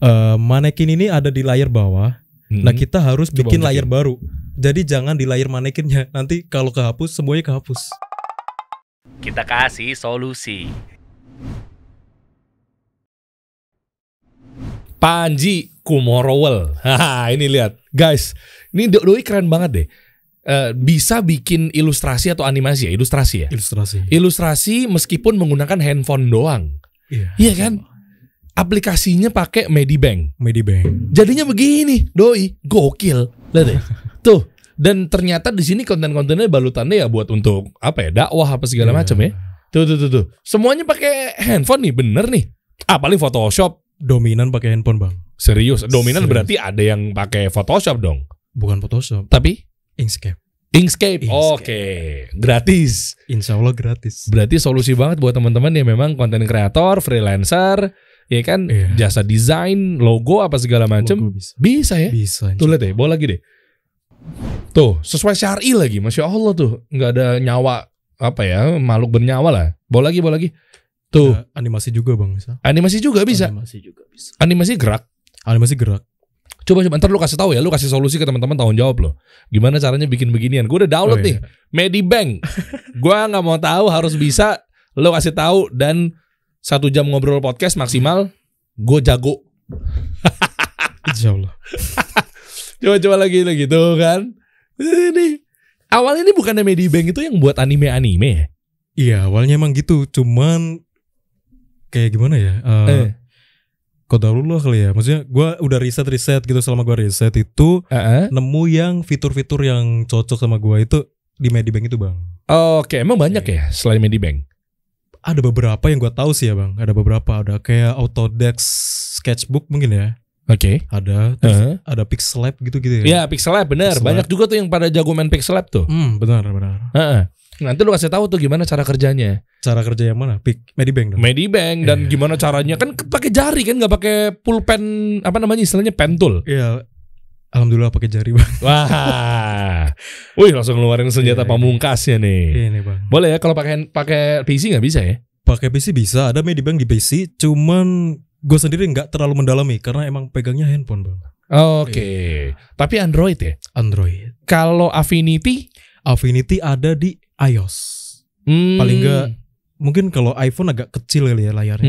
manekin ini ada di layar bawah. Nah kita harus bikin layar baru. Jadi jangan di layar manekinnya. Nanti kalau kehapus semuanya kehapus. Kita kasih solusi. Panji Kumorowel. Haha, ini lihat. Guys, ini doi keren banget deh. Bisa bikin ilustrasi atau animasi ya? Ilustrasi ya? Ilustrasi meskipun menggunakan handphone doang. Iya kan? Aplikasinya pakai Medibank. Jadinya begini, doi. Gokil. Lihat deh. Tuh. Dan ternyata di sini konten-kontennya balutannya ya buat untuk apa ya? Dakwah apa segala macam ya. Tuh. Semuanya pakai handphone nih, bener nih. Paling Photoshop. Dominan pakai handphone bang. Serius? Dominan berarti ada yang pakai Photoshop dong? Bukan Photoshop. Tapi? Inkscape. Oke. Gratis. Insya Allah gratis. Berarti solusi banget buat teman-teman yang memang konten kreator, freelancer, ya kan, jasa desain, logo apa segala macam. Bisa ya? Bisa. Tuh lihat deh, bawa lagi deh. Tuh, sesuai syar'i lagi. Masya Allah tuh. Nggak ada nyawa, apa ya, makhluk bernyawa lah. Bawa lagi. Tuh. Animasi juga bang. Animasi juga bisa. Animasi gerak. Coba ntar lu kasih tahu ya, lu kasih solusi ke teman-teman, tanggung jawab lo. Gimana caranya bikin beginian? Gue udah download nih, Medibank. Gue nggak mau tahu, harus bisa. Lu kasih tahu dan 1 jam ngobrol podcast maksimal. Gue jago. Insya Allah. Coba lagi tuh kan. Ini awalnya ini bukannya Medibank itu yang buat anime-anime ya? Iya, awalnya emang gitu. Cuman kayak gimana ya? Qadarullah kali ya. Maksudnya gue udah riset gitu. Selama gue riset itu nemu yang fitur-fitur yang cocok sama gue itu di Medibank itu bang. Oke, emang banyak ya selain Medibank? Ada beberapa yang gue tahu sih ya bang. Ada beberapa. Ada kayak Autodesk Sketchbook mungkin ya. Oke. Ada. Terus ada Pixel Lab gitu ya. Iya, Pixel Lab bener. Banyak juga tuh yang pada jago main Pixel Lab tuh. Benar. Nanti lu kasih tahu tuh gimana cara kerjanya. Cara kerja yang mana? Medibank dong. Medibank dan gimana caranya, kan pakai jari kan, nggak pakai pulpen, apa namanya istilahnya, pen tool. Iya. Alhamdulillah pakai jari bang. Wah, wih langsung ngeluarin senjata pamungkasnya nih. Ini bang. Boleh ya kalau pakai PC nggak bisa ya? Pakai PC bisa. Ada Medibank di PC. Cuman gue sendiri nggak terlalu mendalami karena emang pegangnya handphone bang. Oke. Tapi Android ya? Android. Kalau Affinity ada di iOS. Paling enggak mungkin kalau iPhone agak kecil kali ya layarnya.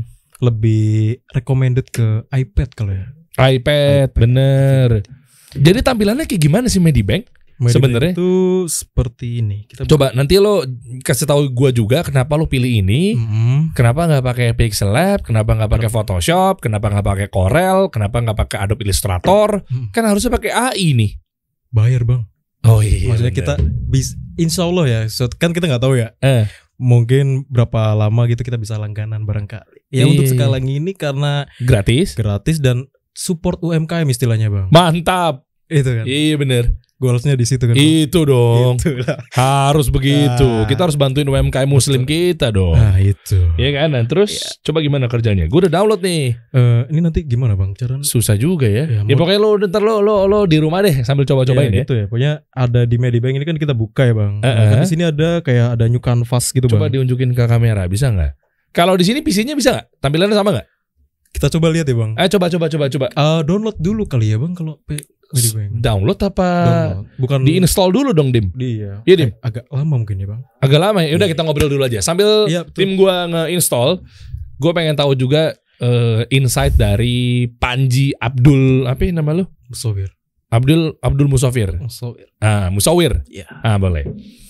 Lebih recommended ke iPad kalau ya. iPad. Bener. Jadi tampilannya kayak gimana sih Medibank? Sebenarnya itu seperti ini. Coba nanti lo kasih tahu gue juga kenapa lo pilih ini. Kenapa nggak pakai Pixel Lab? Kenapa nggak pakai Photoshop? Kenapa nggak pakai Corel? Kenapa nggak pakai Adobe Illustrator? Kan harusnya pakai AI nih. Bayar bang. Oh iya. Maksudnya kita insya Allah ya. Kan kita nggak tahu ya. Mungkin berapa lama gitu kita bisa langganan barangkali. Ya untuk sekarang ini karena gratis dan support UMKM istilahnya bang. Mantap. Itu kan. Iya bener. Goalsnya di situ kan. Itu dong. Itulah. Harus begitu. Kita harus bantuin UMKM Muslim kita dong. Nah itu. Iya kan. Nah, terus coba gimana kerjanya? Gue udah download nih. Ini nanti gimana bang caranya? Susah juga ya. Ya pokoknya lo di rumah deh sambil coba-cobain ya. Gitu ya. Pokoknya ada di Medibank ini kan kita buka ya bang. Kan di sini ada kayak ada new canvas gitu bang. Coba diunjukin ke kamera, bisa nggak? Kalau di sini PC-nya bisa nggak? Tampilannya sama nggak? Kita coba lihat ya bang. Coba. Download dulu kali ya bang kalau Medibank. Download apa? Download. Bukan diinstal dulu dong Dim. Iya. Iya Dim. Agak lama mungkin ya bang. Agak lama ya. Udah kita ngobrol dulu aja. Sambil tim gue nge-install, gue pengen tahu juga insight dari Panji Abdul, apa nama lu? Musawir. Abdul Musawir. Musawir. Iya. Boleh.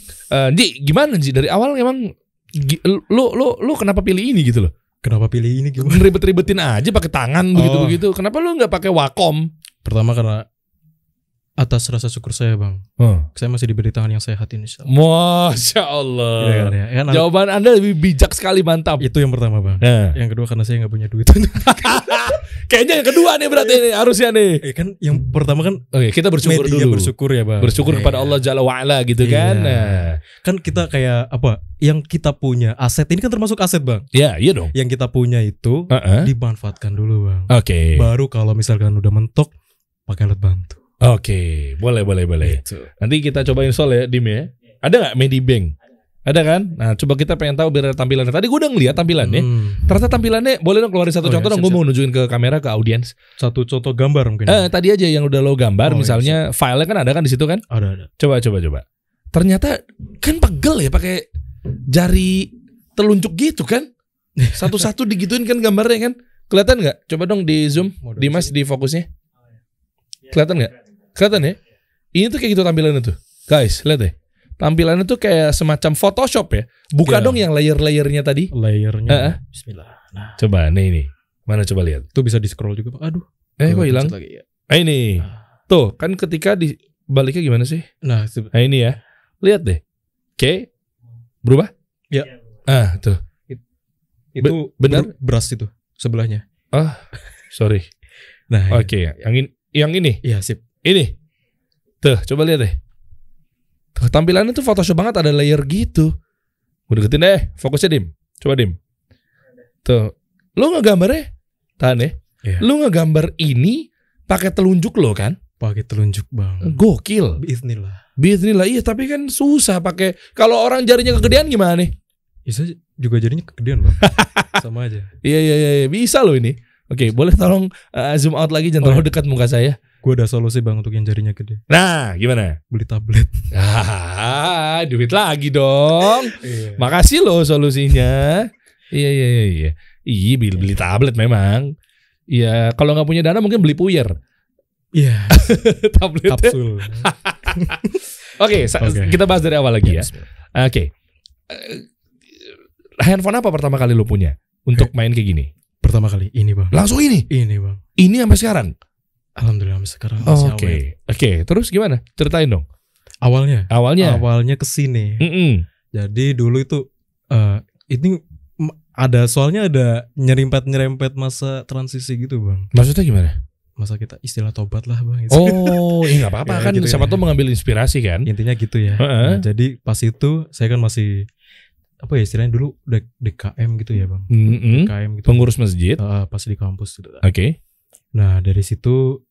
Ji, gimana Ji? Dari awal emang lu kenapa pilih ini gitu loh? Kenapa pilih ini gimana? Ribet-ribetin aja pakai tangan begitu-begitu. Kenapa lu nggak pakai Wacom? Pertama karena atas rasa syukur saya bang. Saya masih diberi tangan yang sehat ini. Masya Allah. Ya, jawaban Anda lebih bijak sekali, mantap. Itu yang pertama bang. Yang kedua karena saya nggak punya duit. Kayaknya yang kedua nih berarti ini harusnya nih. Kan yang pertama kan. Oke, kita bersyukur dulu. Bersyukur ya bang. Bersyukur kepada Allah Jalla wa'ala gitu kan. Kan kita kayak apa? Yang kita punya aset ini kan termasuk aset bang. Iya dong. Yang kita punya itu dimanfaatkan dulu bang. Oke. Baru kalau misalkan udah mentok pakai alat bantu. Oke, boleh. Gitu. Nanti kita coba install ya, Dim ya. Ada nggak Medibank? Ada kan? Nah, coba kita pengen tahu biar tampilannya. Tadi gue udah ngeliat tampilannya. Ternyata tampilannya, boleh dong keluarin satu contoh dong. Gue mau nunjukin ke kamera, ke audiens. Satu contoh gambar mungkin. Tadi aja yang udah lo gambar, misalnya filenya kan ada kan di situ kan? Ada. Coba. Ternyata kan pegel ya pakai jari telunjuk gitu kan? Satu-satu digituin kan gambarnya kan? Kelihatan nggak? Coba dong di zoom, Dimas di fokusnya. Kelihatan nggak? Kelihatan ya? Ini tuh kayak gitu tampilannya tuh, guys. Lihat deh. Tampilannya tuh kayak semacam Photoshop ya. Buka dong yang layer-layernya tadi. Layernya. Bismillah. Nah. Coba nih. Mana coba lihat. Tuh bisa di scroll juga, Pak. Aduh. Kok hilang? Ini. Tuh, kan ketika dibaliknya gimana sih? Nah ini ya. Lihat deh. Oke. Berubah? Ya. Tuh. Itu benar beras itu sebelahnya. Sorry. Nah. Oke, yang ini. Iya, sip. Ini. Tuh, coba lihat deh. Tuh, tampilannya tuh Photoshop banget, ada layer gitu. Gue deketin deh, fokusnya Dim. Coba Dim. Tuh, lu ngegambarnya, tahan ya. Iya. Lu ngegambar ini pakai telunjuk lo kan? Pakai telunjuk bang. Gokil. Bismillah. Iya, tapi kan susah pakai. Kalau orang jarinya kegedean gimana nih? Bisa juga jarinya kegedean bang. Sama aja. Iya, bisa lo ini. Oke, boleh tolong zoom out lagi, jangan terlalu dekat muka saya. Gue ada solusi bang untuk yang jarinya gede. Nah, gimana? Beli tablet. Duit lagi dong. Makasih loh solusinya. Iya. Beli tablet memang. Iya, kalau nggak punya dana mungkin beli puyer. Iya. Tablet. Kapsul. Oke, kita bahas dari awal lagi ya. Oke. Handphone apa pertama kali lo punya untuk main kayak gini? Pertama kali ini bang. Langsung ini? Ini bang. Ini sampai sekarang? Alhamdulillah sampai sekarang. Oke. Terus gimana? Ceritain dong. Awalnya kesini. Jadi dulu itu ini soalnya ada nyerempet masa transisi gitu bang. Maksudnya gimana? Masa kita istilah tobat lah bang. Nggak apa-apa kan gitu siapa tuh mengambil inspirasi kan. Intinya gitu ya. Nah, jadi pas itu saya kan masih apa ya istilahnya dulu DKM gitu ya bang. DKM gitu. Pengurus masjid. Pas di kampus gitu. Oke. Nah dari situ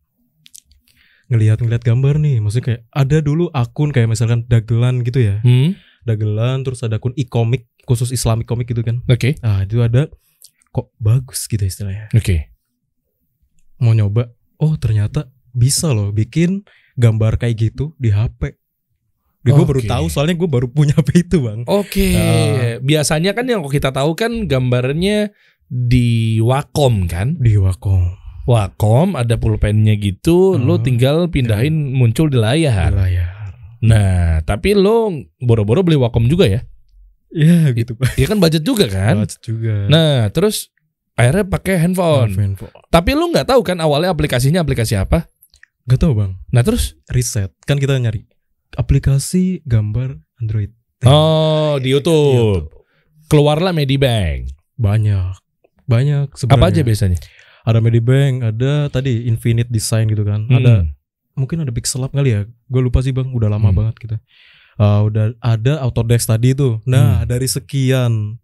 ngelihat gambar nih, maksudnya kayak ada dulu akun kayak misalkan Dagelan gitu ya, Dagelan, terus ada akun e-comic khusus Islamic comic gitu kan. Oke. Nah itu ada kok bagus gitu istilahnya. Oke. Mau nyoba, ternyata bisa loh bikin gambar kayak gitu di HP. Gue baru tahu soalnya gue baru punya HP itu bang. Biasanya kan yang kita tahu kan gambarnya di Wacom kan? Di Wacom ada pulpennya gitu, lo tinggal pindahin muncul di layar. Nah, tapi lo boro-boro beli Wacom juga ya? Iya gitu Pak. Iya kan budget juga kan? Budget juga. Nah, terus akhirnya pakai handphone. Tapi lo nggak tahu kan awalnya aplikasinya aplikasi apa? Nggak tahu bang. Nah terus riset kan kita nyari aplikasi gambar Android. Di YouTube. Keluarlah Medibank. Banyak sebenarnya. Apa aja biasanya? Ada Medibank, ada tadi Infinite Design gitu kan. Ada mungkin ada Pixel Lab kali ya. Gue lupa sih bang, udah lama banget gitu. Udah ada Autodesk tadi itu. Nah, dari sekian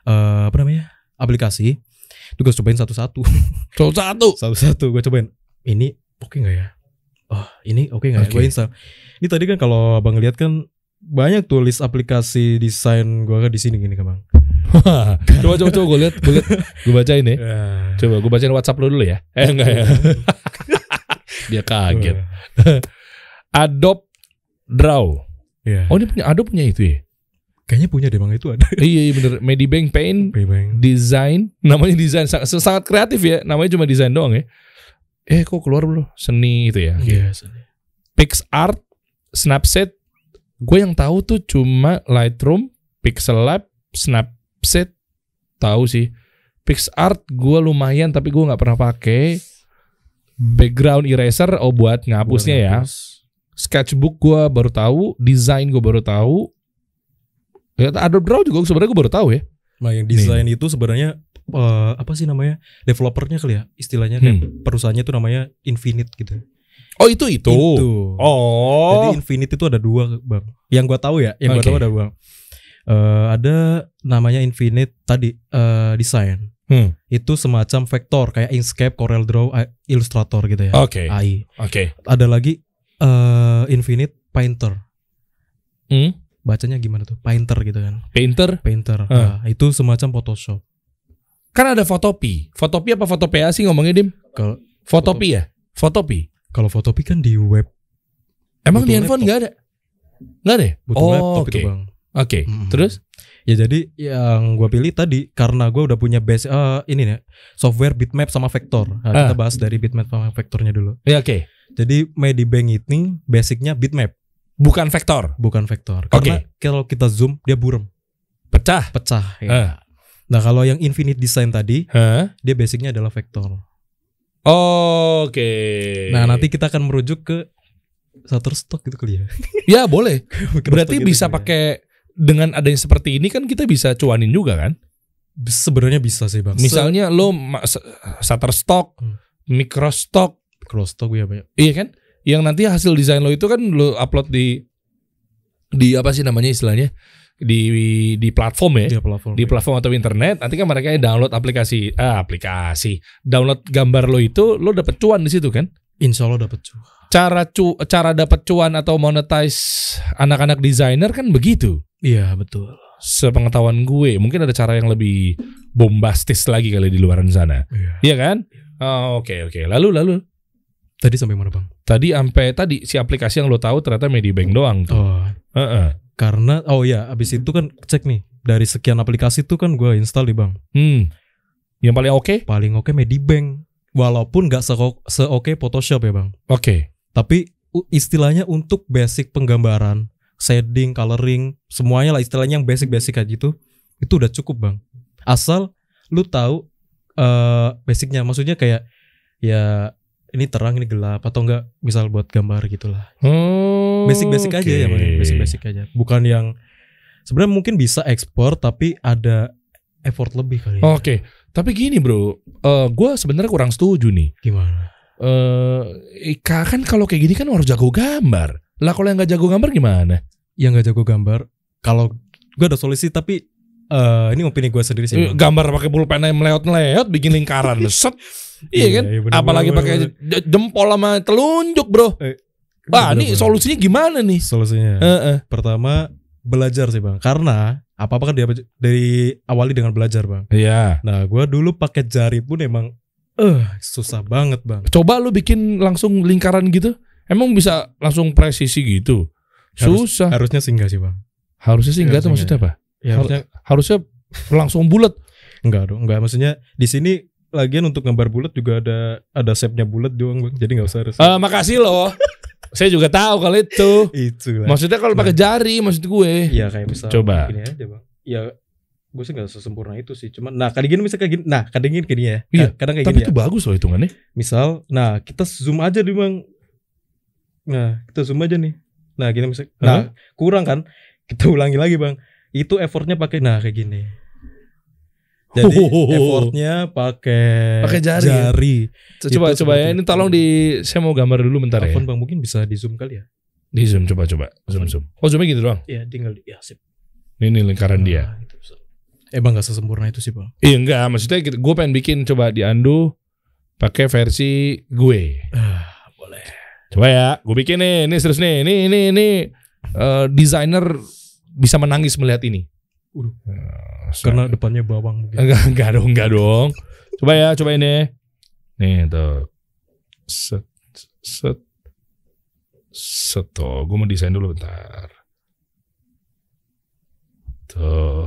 aplikasi, itu gue cobain satu-satu. Satu-satu gue cobain. Ini oke nggak ya? Ini oke nggak ya? Gue install. Ini tadi kan kalau abang lihat kan banyak tuh list aplikasi desain gue di sini gini kan bang. Coba gue lihat, gue bacain ya. Coba gue bacain WhatsApp lo dulu ya. Enggak ya. Dia kaget. Adobe Draw. Ini punya Adobe punya itu ya? Kayaknya punya deh bang, itu ada. Iya bener. Medibank Paint, Design, namanya desain sangat kreatif ya. Namanya cuma desain doang ya. Kok keluar belum? Seni itu ya. Iya seni. PixArt, Snapseed. Gue yang tahu tuh cuma Lightroom, Pixel Lab, Snapseed. Tahu sih. PixArt gue lumayan tapi gue nggak pernah pakai. Background eraser buat ngapusnya ya. Sketchbook gue baru tahu, desain gue baru tahu. Adobe Draw juga sebenarnya gue baru tahu ya. Nah yang desain itu sebenarnya apa sih namanya, developernya kali ya istilahnya, kayak perusahaannya tuh namanya Infinite gitu. Itu. Jadi Infinite itu ada dua bang. Yang gue tahu ya, yang gue tahu ada bang. Ada namanya Infinite tadi design. Itu semacam vektor kayak Inkscape, Corel Draw, Illustrator gitu ya. AI. Ada lagi Infinite Painter. bacanya gimana tuh? Painter gitu kan. Painter. Nah, itu semacam Photoshop. Kan ada Photopea. Photopea apa Photopea sih ngomongnya, Dim? Kalau Photopea ya? Photopea. Kalau Photopea kan di web. Emang di handphone nggak ada? Nggak ada? Butuh laptop itu, Bang. Oke. Terus? Ya jadi yang gue pilih tadi karena gue udah punya base ini nih software bitmap sama vektor. Nah, kita bahas dari bitmap sama vektornya dulu. Ya, oke. Jadi Medibank ini basicnya bitmap, bukan vektor. Bukan vektor. Karena kalau kita zoom dia buram, pecah. Ya. Nah kalau yang Infinite Design tadi, dia basicnya adalah vektor. Oke. Nah nanti kita akan merujuk ke Shutterstock gitu kali ya. Ya boleh. Berarti bisa pakai. Dengan adanya seperti ini kan kita bisa cuanin juga kan? Sebenarnya bisa sih Bang. Misalnya lo Shutterstock, Microstock ya banyak. Iya kan? Yang nanti hasil desain lo itu kan lo upload di apa sih namanya istilahnya? Di platform ya. Di platform atau internet. Nanti kan mereka download aplikasi. Download gambar lo itu lo dapet cuan di situ kan? Insya Allah dapet cuan. Cara dapat cuan atau monetize anak-anak desainer kan begitu. Iya betul. Sepengetahuan gue, mungkin ada cara yang lebih bombastis lagi kali di luaran sana. Iya kan? Oke. Lalu. Tadi sampai mana Bang? Tadi si aplikasi yang lo tahu ternyata Medibank doang tuh. Karena abis itu kan cek nih dari sekian aplikasi tuh kan gue install nih Bang. Yang paling oke? Paling oke Medibank. Walaupun nggak se-oke Photoshop ya Bang. Oke. Tapi istilahnya untuk basic penggambaran, shading, coloring, semuanya lah istilahnya yang basic-basic aja itu udah cukup Bang. Asal lu tahu basicnya, maksudnya kayak ya ini terang ini gelap atau enggak misal buat gambar gitulah. Basic-basic aja ya Bang, basic-basic aja. Bukan yang sebenarnya mungkin bisa ekspor tapi ada effort lebih kali ya. Oke. Tapi gini bro, gue sebenarnya kurang setuju nih. Gimana? Kan kalau kayak gini kan harus jago gambar. Lah kalau yang nggak jago gambar gimana? Yang nggak jago gambar, kalau gue ada solusi tapi ini opini gue sendiri sih. Gambar pakai pulpen yang meleot-meleot, bikin lingkaran, set. Iya kan? Iya, apalagi pakai jempol sama telunjuk bro. Ini solusinya gimana nih? Solusinya, pertama belajar sih Bang, karena apa-apa kan dari awali dengan belajar Bang. Iya. Nah gue dulu pakai jari pun emang susah banget Bang. Coba lu bikin langsung lingkaran gitu, emang bisa langsung presisi gitu? Susah. Harusnya sih enggak sih Bang. Harusnya sih enggak tuh maksudnya apa? Ya, harusnya langsung bulat. Enggak dong, enggak. Maksudnya di sini lagian untuk gambar bulat juga ada shape-nya bulat doang Bang. Jadi enggak usah harus. Makasih loh. Saya juga tahu kalau itu. Itulah. Maksudnya kalau pakai jari maksud gue. Iya kayak misal. Coba. Gini aja Bang. Ya gue sih gak sesempurna itu sih. Cuman kadang gini bisa kayak gini. Kadang gini ya. Iya. Kadang kayak tapi gini. Tapi itu bagus loh hitungannya. Misal, kita zoom aja nih Bang. Nah kita zoom aja nih. Nah gini misal. Kurang kan. Kita ulangi lagi Bang. Itu effortnya pakai kayak gini. Jadi effortnya pakai jari. Coba ya. Ini tolong saya mau gambar dulu bentar ya. Bang mungkin bisa di zoom kali ya. Di zoom coba. Zoom. Oh zoomnya gitu doang. Iya tinggal sip. Ini lingkaran dia. Emang gak sesempurna itu sih Bang. Iya enggak. Maksudnya gue pengen bikin coba diandu pakai versi gue. Boleh. Coba ya. Gue bikin nih. Ini serius nih. Ini desainer bisa menangis melihat ini. Karena depannya bawang mungkin. Enggak dong. Coba ini. Nih tuh. Set. Tuh, gue mau desain dulu bentar. Tuh.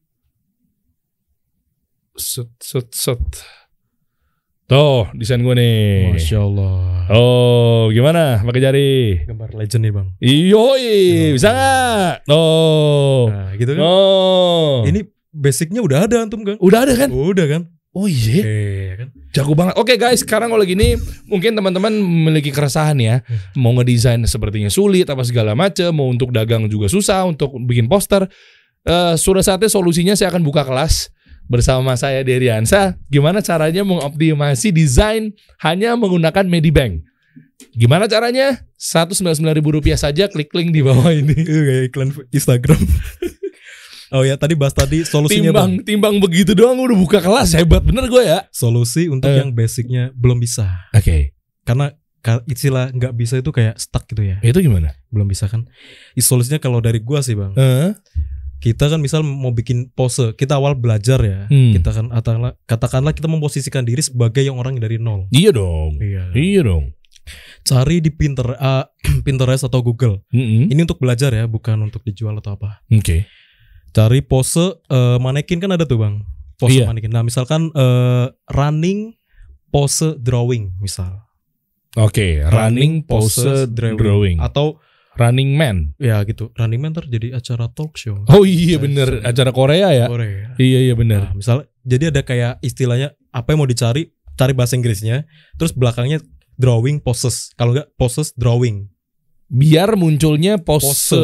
Set. Tuh, desain gue nih. Masya Allah. Oh, gimana? Pakai jari. Gambar legend nih Bang. Yoi, bisa nggak? Nah, gitu kan. Ini basicnya udah ada antum kan? Udah ada kan? Udah kan? Oh iya. Kan? Jago banget. Oke guys, sekarang kalau gini mungkin teman-teman memiliki keresahan ya. Mau ngedesain sepertinya sulit apa segala macam, mau untuk dagang juga susah, untuk bikin poster. Sudah saatnya solusinya saya akan buka kelas bersama saya Deriansa. Gimana caranya mengoptimasi desain hanya menggunakan Medibank. Gimana caranya? Rp199.000 saja, klik link di bawah ini. Kayak iklan Instagram. Oh ya, tadi bahas solusinya timbang begitu doang udah buka kelas, hebat bener gue ya. Solusi untuk yang basicnya belum bisa. Oke. Karena istilah nggak bisa itu kayak stuck gitu ya. Itu gimana? Belum bisa kan? Solusinya kalau dari gua sih bang, kita kan misal mau bikin pose, kita awal belajar ya, kita kan katakanlah kita memposisikan diri sebagai yang orang dari nol. Iya dong. Iya dong. Cari di Pinterest atau Google. Ini untuk belajar ya, bukan untuk dijual atau apa. Oke. Cari pose manekin kan ada tuh bang, pose manekin. Nah misalkan running pose drawing misal. Oke, running pose drawing. Atau Running Man. Ya gitu. Running Man jadi acara talk show. Oh iya bener, acara Korea ya. Korea. Iya bener. Nah, misal jadi ada kayak istilahnya apa yang mau dicari, cari bahasa Inggrisnya, terus belakangnya drawing poses. Kalau enggak poses drawing. Biar munculnya pose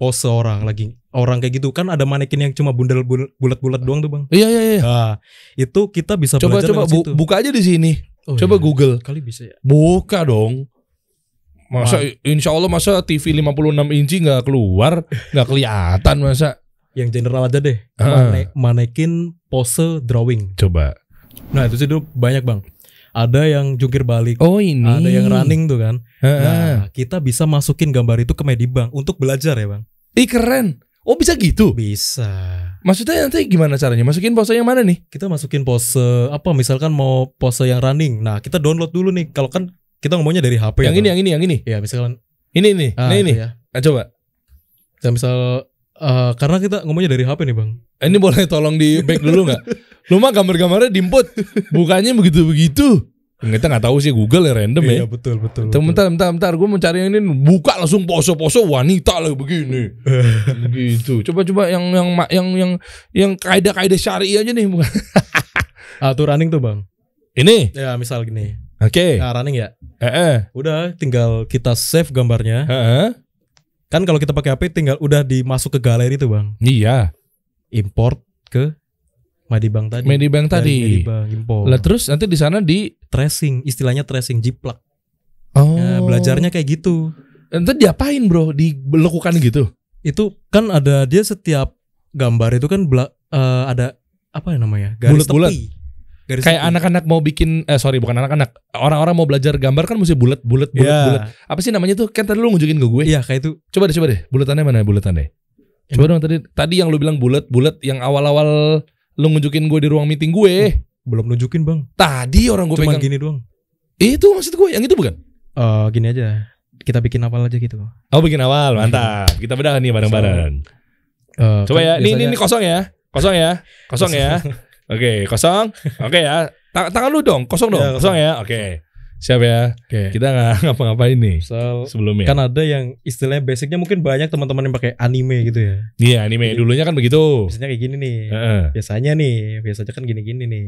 orang kayak gitu kan, ada manekin yang cuma bulat-bulat doang tuh bang. Iya. Nah, itu kita bisa belajar coba buka aja di sini. Coba Google. Kali bisa ya. Buka dong. Masa insya Allah masa TV 56 inci nggak keluar, nggak kelihatan masa. Yang general aja deh. Manekin pose drawing. Coba. Nah itu sih dulu banyak bang. Ada yang jungkir balik. Oh ini. Ada yang running tuh kan. Nah kita bisa masukin gambar itu ke Medibang untuk belajar ya bang. Ih keren. Oh bisa gitu? Bisa. Maksudnya nanti gimana caranya? Masukin pose yang mana nih? Kita masukin pose apa? Misalkan mau pose yang running. Nah kita download dulu nih. Kalau kan kita ngomongnya dari HP. Yang ini. Ya misalkan ini nih. Ini. Ya. Coba. Ya, misal karena kita ngomongnya dari HP nih bang. Ini boleh tolong di back dulu nggak? Lu mah gambar-gambarnya diinput, bukannya begitu. Kita nggak tahu sih, Google ya random ya. Iya betul. Bentar. Gue mau cari yang ini. Buka langsung pose wanita lah begini. Gitu. Coba yang kaidah-kaidah syari aja nih. Tuh running tuh bang. Ini. Ya misal gini. Oke. Nah running ya. Udah tinggal kita save gambarnya. Kan kalau kita pakai HP tinggal udah dimasuk ke galeri tuh bang. Iya. Import ke Medibang tadi. Medibang import. Lah terus nanti di sana di tracing, istilahnya tracing jiplak. Oh. Ya, belajarnya kayak gitu. Nanti diapain bro? Dilekukan gitu? Itu kan ada dia setiap gambar itu kan ada apa ya namanya? Garis bulat-bulat. Garis kayak tepi. Anak-anak mau bikin bukan anak-anak. Orang-orang mau belajar gambar kan mesti bulat. Apa sih namanya tuh? Kan tadi lu nunjukin ke gue. Iya, kayak itu. Coba deh. Bulatannya mana bulatannya? Coba dong tadi yang lu bilang bulat yang awal-awal lu nunjukin gue di ruang meeting gue. Belum nunjukin, Bang. Tadi orang gue pegang gini doang. Itu maksud gue, yang itu bukan? Gini aja. Kita bikin awal aja gitu. Oh, bikin awal. Mantap. Kita bedah nih bareng-bareng. Coba ya. Ini kosong ya. Kosong ya. Oke, kosong. Oke ya. Tangan lu dong, kosong dong. Kosong ya. Oke. Siap ya. Oke. Kita nggak ngapa-ngapain nih sebelumnya. Kan ada yang istilahnya basicnya mungkin banyak teman-teman yang pakai anime gitu ya. Iya, anime. Dulunya kan begitu. Biasanya kayak gini nih. Biasanya kan gini-gini nih.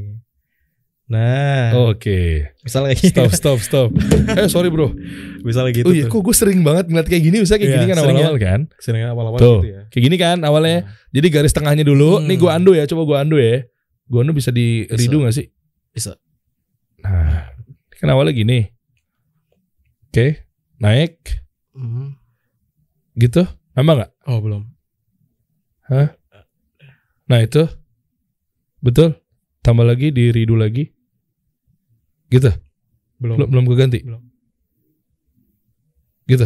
Nah. Oke. Misalnya kayak Stop. Sorry bro. Misalnya gitu. Oh iya, kok gue sering banget ngeliat kayak gini. Bisa kayak gini kan awal-awal kan? Seringnya awal-awal tuh, gitu ya. Kayak gini kan awalnya. Jadi garis tengahnya dulu. Nih gue undo ya. Coba gue undo ya. Gue undo bisa di redo gak sih? Bisa. Nah, kan awalnya gini. Oke, naik. Gitu. Nambah gak? Oh belum. Hah? Nah itu. Betul. Tambah lagi, di redo lagi. Gitu. Belum keganti. Belum. Gitu.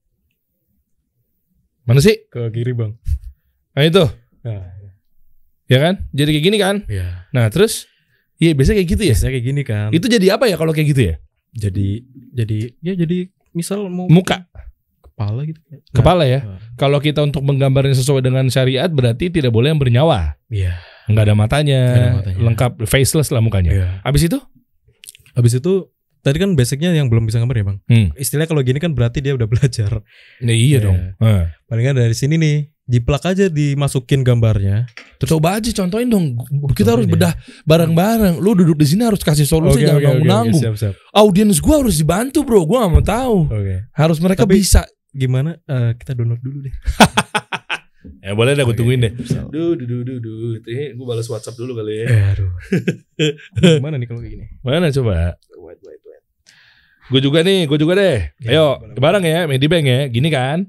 Mana sih? Ke kiri bang. Nah itu. Nah. Ya kan? Jadi kayak gini kan? Iya. Nah terus, iya biasanya kayak gitu ya? Biasanya kayak gini kan. Itu jadi apa ya kalau kayak gitu ya? Jadi misal mau muka, kepala gitu. Nah, kepala ya. Kalau kita untuk menggambarnya sesuai dengan syariat berarti tidak boleh yang bernyawa. Iya. Nggak ada matanya, lengkap faceless lah mukanya. Iya. Abis itu tadi kan basicnya yang belum bisa gambar ya bang. Istilahnya kalau gini kan berarti dia udah belajar. Nah, iya dong. Palingan dari sini nih, jiplak aja dimasukin gambarnya. Terus coba aja contohin dong. Kita harus bedah bareng-bareng. Lu duduk di sini harus kasih solusi, jangan nanggung. Siap. Audiens gue harus dibantu bro. Gue gak mau tahu. Harus mereka bisa. Gimana? Kita download dulu deh. Ya boleh deh, gue tungguin deh. Gue balas WhatsApp dulu kali ya. Aduh. Gimana nih kalau kayak gini? Mana coba? Wait. Gue juga deh. Ayo, bareng ya, Medibang ya. Gini kan?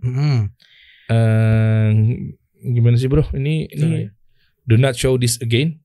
Gimana sih bro? Ini do not show this again.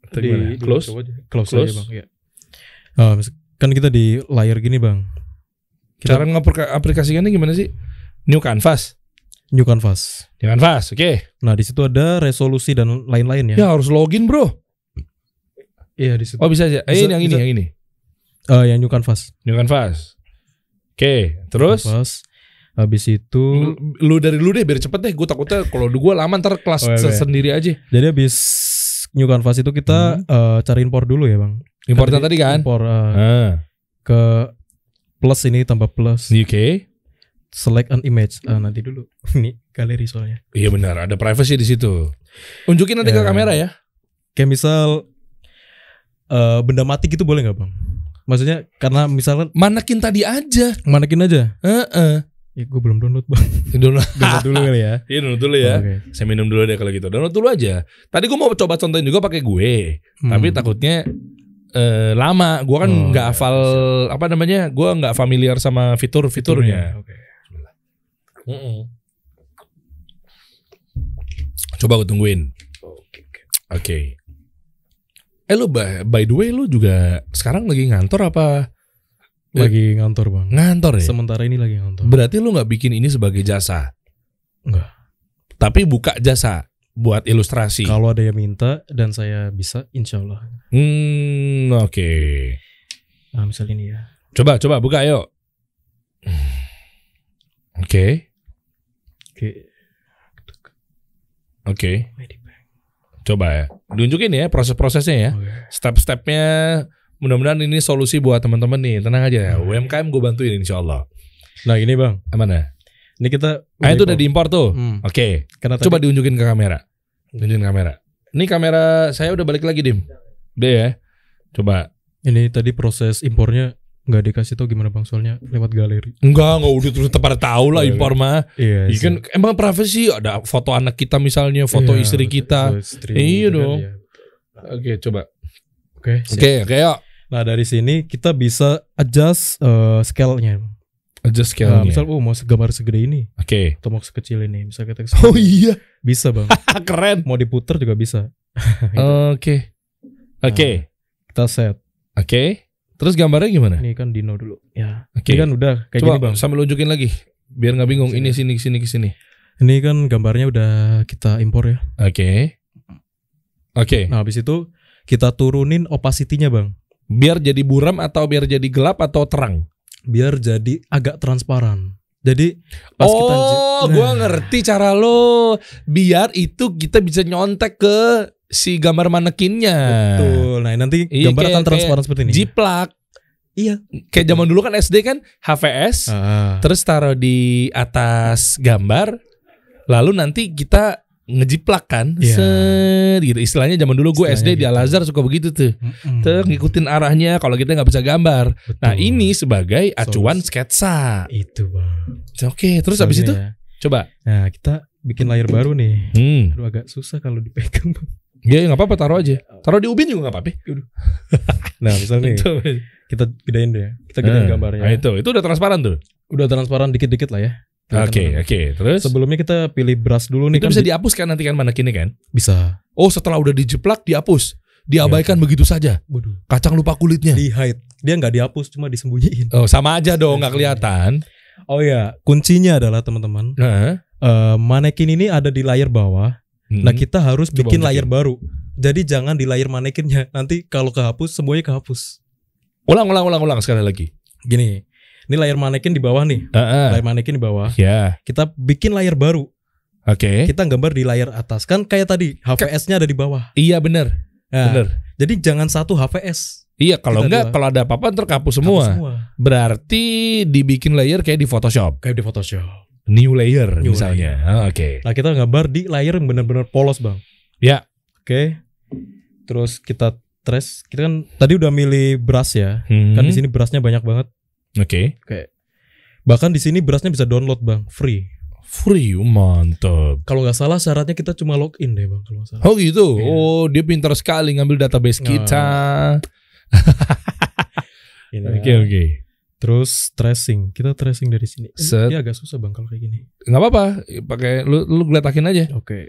Close. Aja bang. Ya. Kan kita di layar gini bang. Cara ngaplikasikannya gimana sih? New Canvas. New Canvas. Oke. Nah, di situ ada resolusi dan lain-lain ya. Ya harus login, Bro. Iya, di situ. Oh, bisa aja. Yang ini. Yang New Canvas. New Canvas. Oke, terus Canvas. Habis itu lu deh biar cepet deh. Gue takutnya kalau gue lama ntar kelas sendiri aja. Jadi habis New Canvas itu kita cari impor dulu ya, Bang. Impornya tadi kan? Impor ke plus ini tambah plus. Oke. Select an image. Nanti dulu. Ini galeri soalnya. Iya benar, ada privacy di situ. Unjukin nanti ke kamera ya. Kayak misal benda mati gitu boleh nggak, Bang? Maksudnya karena misalnya manekin tadi aja. Manekin aja. Ya gue belum download, Bang. Download dulu kali ya. Iya download dulu ya. Okay. Saya minum dulu deh kalau gitu. Download dulu aja. Tadi gue mau coba contohin juga pakai gue. Tapi takutnya lama. Gue kan nggak hafal apa namanya. Gue nggak familiar sama fitur-fiturnya. Oke. Coba gue tungguin. Oke. Lu by the way lu juga sekarang lagi ngantor apa? Lagi ngantor, Bang. Ngantor ya? Sementara ini lagi ngantor. Berarti lu gak bikin ini sebagai jasa? Enggak. Tapi buka jasa buat ilustrasi? Kalau ada yang minta dan saya bisa, insya Allah. Oke. Nah, misal ini ya. Coba buka yuk. Oke. Coba ya. Diunjukin ya proses-prosesnya ya. Step-stepnya. Mudah-mudahan ini solusi buat teman-teman nih. Tenang aja ya. UMKM gue bantuin insya Allah. Nah ini, Bang. Mana? Ini kita itu udah diimpor tuh. Oke. Coba diunjukin ke kamera. Tunjukin kamera. Ini kamera saya udah balik lagi, Dim. Udah ya. Coba. Ini tadi proses impornya nggak dikasih tau gimana, Bang, soalnya lewat galeri. Enggak udah terus pada tahu lah impor mah. Iya. Kan emang privacy, ada foto anak kita misalnya, foto istri kita. Iya dong. Iya. Oke, coba. Oke, yuk. Nah, dari sini kita bisa adjust scale-nya. Adjust scale-nya. Nah, misal mau gambar segede ini. Oke. Atau mau sekecil ini, misal kita Oh iya, bisa, Bang. Keren. Mau diputer juga bisa. Oke. Kita set. Oke. Terus gambarnya gimana? Ini kan Dino dulu. Ya. Ini kan udah kayak coba gini, Bang. Sambil unjukin lagi biar nggak bingung. Ini sini. Ini kan gambarnya udah kita impor ya. Oke. Nah, habis itu kita turunin opacity-nya, Bang. Biar jadi buram atau biar jadi gelap atau terang? Biar jadi agak transparan. Jadi pas kita gua ngerti cara lo. Biar itu kita bisa nyontek ke si gambar manekinnya. Betul. Nah, nanti gambar akan transparan seperti ini. Jiplak. Iya. Kayak zaman dulu kan SD kan HVS. Terus taruh di atas gambar. Lalu nanti kita ngejiplak kan. Gitu. Istilahnya zaman dulu gue SD di Al-Azhar suka begitu tuh. Tuh ngikutin arahnya kalau kita nggak bisa gambar. Betul. Nah, ini sebagai acuan sketsa. Itu, Bang. Oke, terus habis itu coba. Nah, kita bikin layar baru nih. Aduh, agak susah kalau dipegang, Bang. Ya nggak apa-apa, taruh aja. Taruh di ubin juga nggak apa-apa. Nah, misalnya nih, kita gedein deh. Kita gedein gambarnya. Nah, itu udah transparan tuh. Udah transparan dikit-dikit lah ya. Oke. Terus sebelumnya kita pilih brush dulu nih. Itu kan bisa dihapus kan nanti kan manekinnya kan? Bisa. Oh, setelah udah dijeplak dihapus. Diabaikan begitu saja. Waduh. Kacang lupa kulitnya. Di hide. Dia nggak dihapus, cuma disembunyiin. Oh, sama aja dong, nggak kelihatan. Oh ya, kuncinya adalah teman-teman. Manekin ini ada di layar bawah. Nah, kita harus bikin layar baru. Jadi jangan di layar manekinnya. Nanti kalau kehapus, semuanya kehapus. Ulang sekali lagi. Gini, ini layar manekin di bawah nih. Layar manekin di bawah. Ya. Kita bikin layar baru. Oke. Kita gambar di layar atas. Kan kayak tadi, HVS-nya ada di bawah. Iya benar. Nah, benar. Jadi jangan satu HVS. Iya, kalau enggak, kalau ada apa-apa ntar kapus semua. Berarti dibikin layer kayak di Photoshop. New layer misalnya. Oke. Nah, kita gambar di layar yang benar-benar polos, Bang. Ya. Oke. Terus kita trace. Kita kan tadi udah milih brush ya. Kan di sini brushnya banyak banget. Oke. Bahkan di sini brushnya bisa download, Bang, free. Mantap. Kalau nggak salah syaratnya kita cuma login deh, Bang, kalau nggak salah. Oh gitu. Yeah. Oh, dia pintar sekali ngambil database kita. Oke. Terus tracing. Kita tracing dari sini. Dia agak susah, Bang, kalau kayak gini. Nggak apa-apa. Pakai lu geletakin aja. Oke.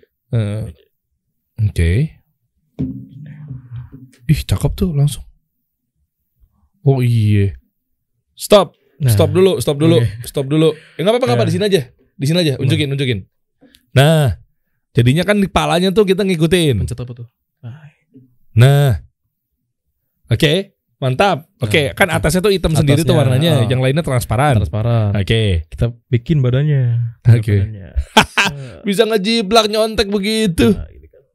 Ih, cakep tuh langsung. Oh iya. Stop. Nah. Stop dulu. Enggak apa-apa, di sini aja. Unjukin. Nah, jadinya kan di kepalanya tuh kita ngikutin. Pencet apa tuh? Nah. Oke, mantap. Oke, kan atasnya tuh hitam sendiri tuh warnanya, yang lainnya transparan. Oke. Kita bikin badannya. Oke. Bisa ngejiplak nyontek begitu. Nah, ini kan.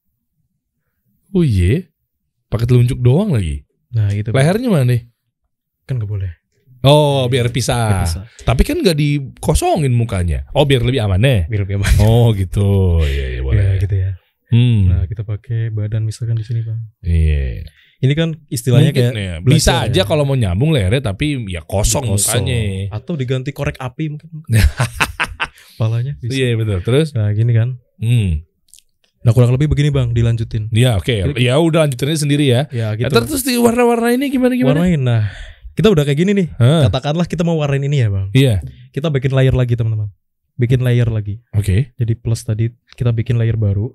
Oh iya. Pakai telunjuk doang lagi. Nah, gitu. Lehernya mana nih? Kan gak boleh. Oh, biar pisah. Tapi kan gak dikosongin mukanya. Oh, biar lebih aman nih. Biar lebih aman. Oh, gitu. Iya, boleh. Ya, gitu ya. Nah, kita pakai badan misalkan di sini, Bang. Iya. Ini kan istilahnya mungkin kayak bisa aja kalau mau nyambung lehernya, tapi ya kosong mukanya. Atau diganti korek api mungkin. Palanya bisa. Iya, betul. Terus? Nah, gini kan. Nah, kurang lebih begini, Bang, dilanjutin. Iya, oke. Ya udah lanjutinnya sendiri ya. Ya, gitu. Terus di warna-warna ini gimana? Warnain. Nah, kita udah kayak gini nih. Katakanlah kita mau warnain ini ya, Bang. Iya. Kita bikin layer lagi, teman-teman. Bikin layer lagi. Oke. Jadi plus tadi kita bikin layer baru.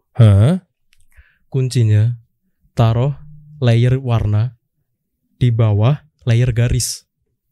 Kuncinya taruh layer warna di bawah layer garis.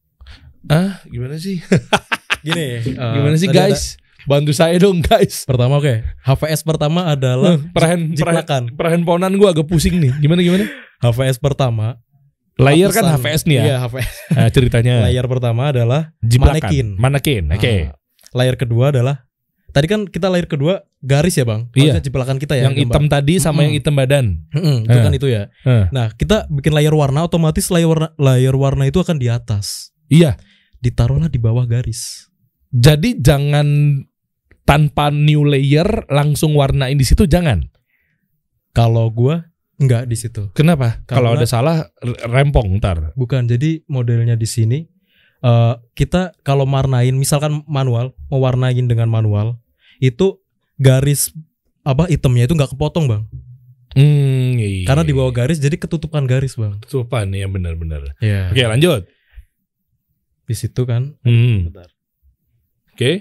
Gimana sih? Gini. Gimana sih, guys? Bantu saya dong, guys. Pertama, HVS pertama adalah perhandphonean gue agak pusing nih. Gimana? HVS pertama. Layer kan HVS nih ya. Iya, HVS. Nah, ceritanya. Layer pertama adalah manekin. Oke. Layer kedua adalah tadi kan kita layer kedua garis ya, Bang. Iya. Jiplakan kita ya. Yang hitam tadi sama yang hitam badan. Itu kan itu ya. Nah, kita bikin layer warna, otomatis layer warna itu akan di atas. Iya. Ditaruhlah di bawah garis. Jadi jangan tanpa new layer langsung warnain di situ, jangan. Kalau gua enggak di situ. Kenapa? Kalau ada salah rempong ntar. Bukan. Jadi modelnya di sini kita kalau warnain misalkan manual, mau warnain dengan manual, itu garis hitamnya itu nggak kepotong, Bang. Iya. Karena di bawah garis jadi ketutupan garis, Bang. Ketutupan ya, benar-benar. Ya. Oke, lanjut. Di situ kan. Bentar. Oke.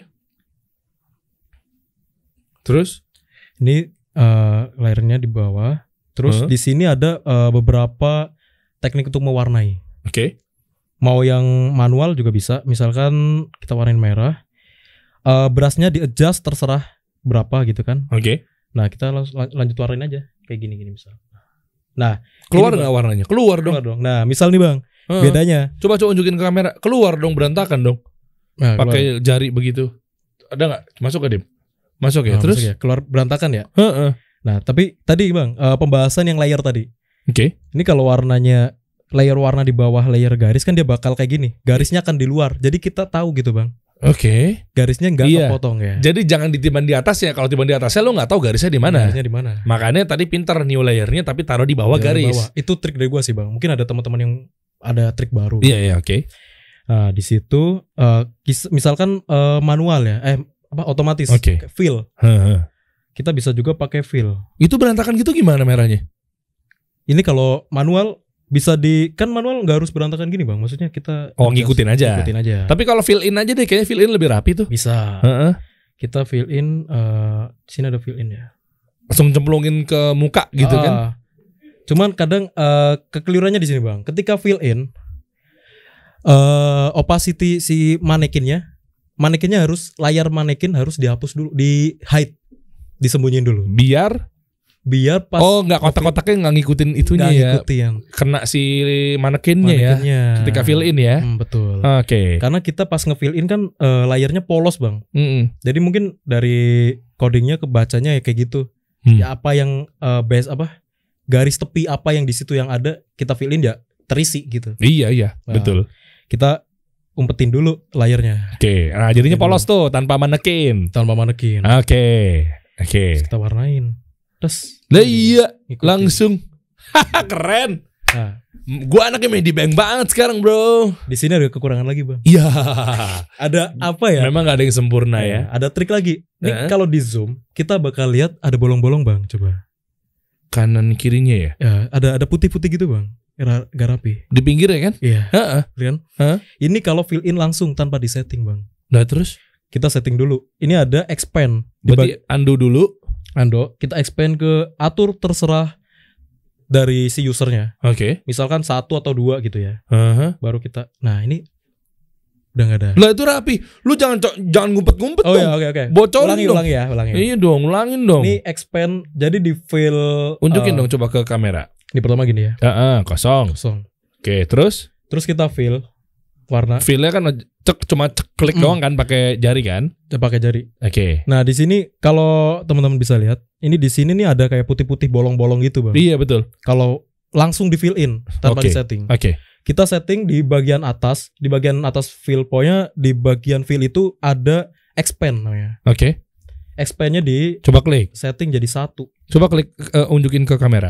Terus ini layernya di bawah. Terus di sini ada beberapa teknik untuk mewarnai. Oke. Mau yang manual juga bisa. Misalkan kita warnain merah. Brushnya di adjust terserah berapa gitu kan. Oke. Nah, kita lanjut warnain aja kayak gini misal. Nah, keluar nggak warnanya? Keluar dong. Nah, misal nih, Bang, bedanya. Coba unjukin ke kamera. Keluar dong, berantakan dong. Nah, pakai jari begitu. Ada nggak? Masuk ke Dim? Masuk ya. Terus masuk ya. Keluar berantakan ya. Nah, tapi tadi, Bang, pembahasan yang layer tadi. Oke. Ini kalau warnanya layer warna di bawah layer garis kan dia bakal kayak gini. Garisnya akan di luar. Jadi kita tahu gitu, Bang. Oke. Garisnya nggak kepotong ya. Jadi jangan ditiban di atasnya. Kalau tiban di atasnya lo nggak tahu garisnya di mana. Garisnya di mana. Makanya tadi pintar new layernya tapi taruh di bawah garis. Di bawah. Itu trik dari gua sih, Bang. Mungkin ada teman-teman yang ada trik baru. Iya, oke. Nah, di situ misalkan manual ya, otomatis. Fill. Kita bisa juga pakai fill. Itu berantakan gitu gimana merahnya? Ini kalau manual bisa kan manual nggak harus berantakan gini, Bang. Maksudnya kita ngikutin aja. Tapi kalau fill in aja deh, kayaknya fill in lebih rapi tuh. Bisa. Kita fill in di sini ada fill in ya. Langsung cemplungin ke muka gitu kan. Cuman kadang kekeliruannya di sini, Bang. Ketika fill in opacity si manekinnya layar manekin harus dihapus dulu, di hide, disembunyiin dulu. Biar pas nggak kotak-kotaknya nggak ngikutin itunya ya. Ngikutin. Kena si manekinnya ya. Ketika fill in ya. Betul. Oke. Karena kita pas nge-fill in kan layarnya polos, Bang. Jadi mungkin dari codingnya kebacanya ya kayak gitu. Ya apa yang garis tepi apa yang di situ yang ada kita fill in ya terisi gitu. Iya, betul. Kita umpetin dulu layarnya. Oke. Nah, jadinya polos tuh tanpa manekin. Oke. Kita warnain. Iya, langsung. Keren. Nah, gua anaknya Medibank banget sekarang, bro. Di sini ada kekurangan lagi, Bang. Iya. Ada apa ya? Memang gak ada yang sempurna ya. Ada trik lagi. Ini kalau di zoom kita bakal lihat ada bolong-bolong, Bang. Coba. Kanan kirinya ya? Ya, ada putih-putih gitu, Bang. Gak rapi. Di pinggir ya kan? Iya. Kan? Ini kalau fill in langsung tanpa disetting, Bang. Nah, terus kita setting dulu. Ini ada expand. Berarti undo dulu. Kita expand ke atur terserah dari si usernya. Oke. Misalkan 1 atau 2 gitu ya. Baru kita. Nah, ini Udah nggak ada. Lah itu rapi. Lu jangan ngumpet-ngumpet dong. Oh iya, oke. Bocorin dong. Ulangi ya. Iya dong, ulangin dong. Ini expand jadi di fill. Unjukin dong coba ke kamera. Ini pertama gini ya. Kosong. Oke, terus kita fill warna. Fillnya kan cuma klik doang kan pakai jari kan? Pakai jari. Oke. Nah, di sini kalau teman-teman bisa lihat, ini di sini nih ada kayak putih-putih bolong-bolong gitu, Bang. Iya, betul. Kalau langsung di fill in tanpa di setting. Oke. Kita setting di bagian atas fill point-nya, di bagian fill itu ada expand namanya. Oke. Expand-nya coba klik. Setting jadi 1. Coba klik unjukin ke kamera.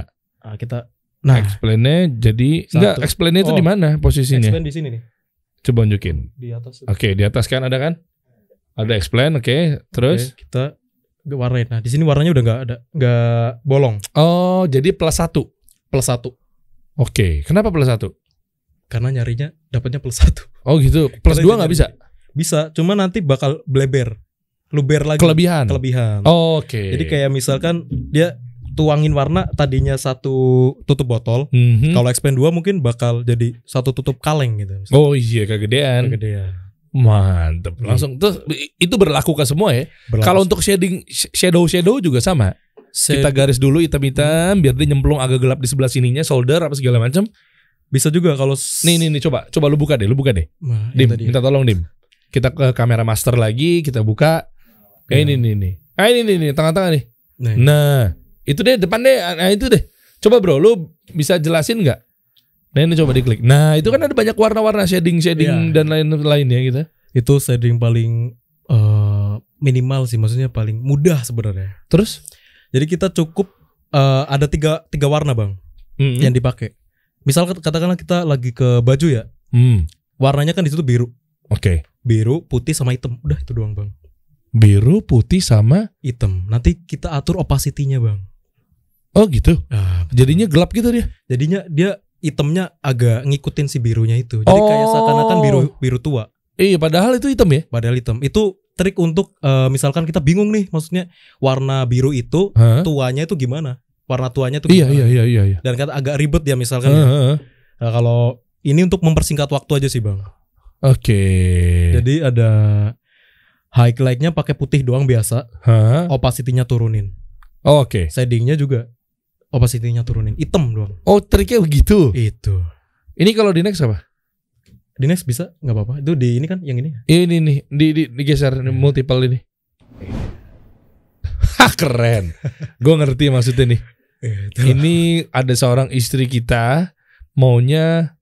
Nah, explain-nya jadi 1. Enggak, explain-nya itu di mana posisinya? Explain di sini nih. Coba unjukin. Di atas. Oke, di atas kan ada kan? Ada explain, oke. Terus kita warnain. Nah, di sini warnanya udah enggak bolong. Oh, jadi +1. +1. Oke, kenapa +1? Karena nyarinya dapatnya +1. Oh gitu. +2 nggak bisa? Bisa, cuma nanti bakal luber lagi. Kelebihan. Oh, Oke. Jadi kayak misalkan dia tuangin warna tadinya 1 tutup botol. Kalau expand 2 mungkin bakal jadi 1 tutup kaleng gitu. Misalnya. Oh iya, kegedean. Mantep. Langsung terus itu berlaku ke semua ya. Kalau untuk shadow juga sama. Kita garis dulu hitam-hitam biar dia nyemplung agak gelap di sebelah sininya, solder apa segala macam. Bisa juga kalau nih coba lu buka deh. Nah, Dim, minta tolong Dim. Kita ke kamera master lagi, kita buka. Ini nih. Ini tengah-tengah nih. Nah, itu deh depan deh. Nah, itu deh. Coba bro, lu bisa jelasin nggak? Nah, ini coba diklik. Nah, itu kan ada banyak warna-warna shading dan lain-lainnya gitu. Itu shading paling minimal sih, maksudnya paling mudah sebenarnya. Terus? Jadi kita cukup ada tiga warna, Bang, yang dipakai. Misal katakanlah kita lagi ke baju ya, warnanya kan di situ biru. Oke. Biru, putih sama hitam. Udah itu doang, Bang. Biru, putih sama hitam. Nanti kita atur opacity-nya, Bang. Oh gitu. Jadinya gelap gitu dia. Jadinya dia hitamnya agak ngikutin si birunya itu. Jadi kayak seakan-akan biru tua. Iya, padahal itu hitam ya. Padahal hitam. Itu trik untuk misalkan kita bingung nih, maksudnya warna biru itu tuanya itu gimana? Warna tuanya itu gimana? Iya. Dan kan agak ribet ya misalkan. Ya. Nah, kalau ini untuk mempersingkat waktu aja sih, Bang. Oke. Jadi ada highlight-nya pakai putih doang biasa. Opacity-nya turunin. Oke. Shading-nya juga opacity-nya turunin. Hitam doang. Oh, triknya begitu. Itu. Ini kalau di next apa? Di next bisa, nggak apa-apa. Itu di ini kan yang ini. Ini nih, digeser multiple ini. Keren. Gue ngerti maksudnya nih. Ini ada seorang istri kita maunya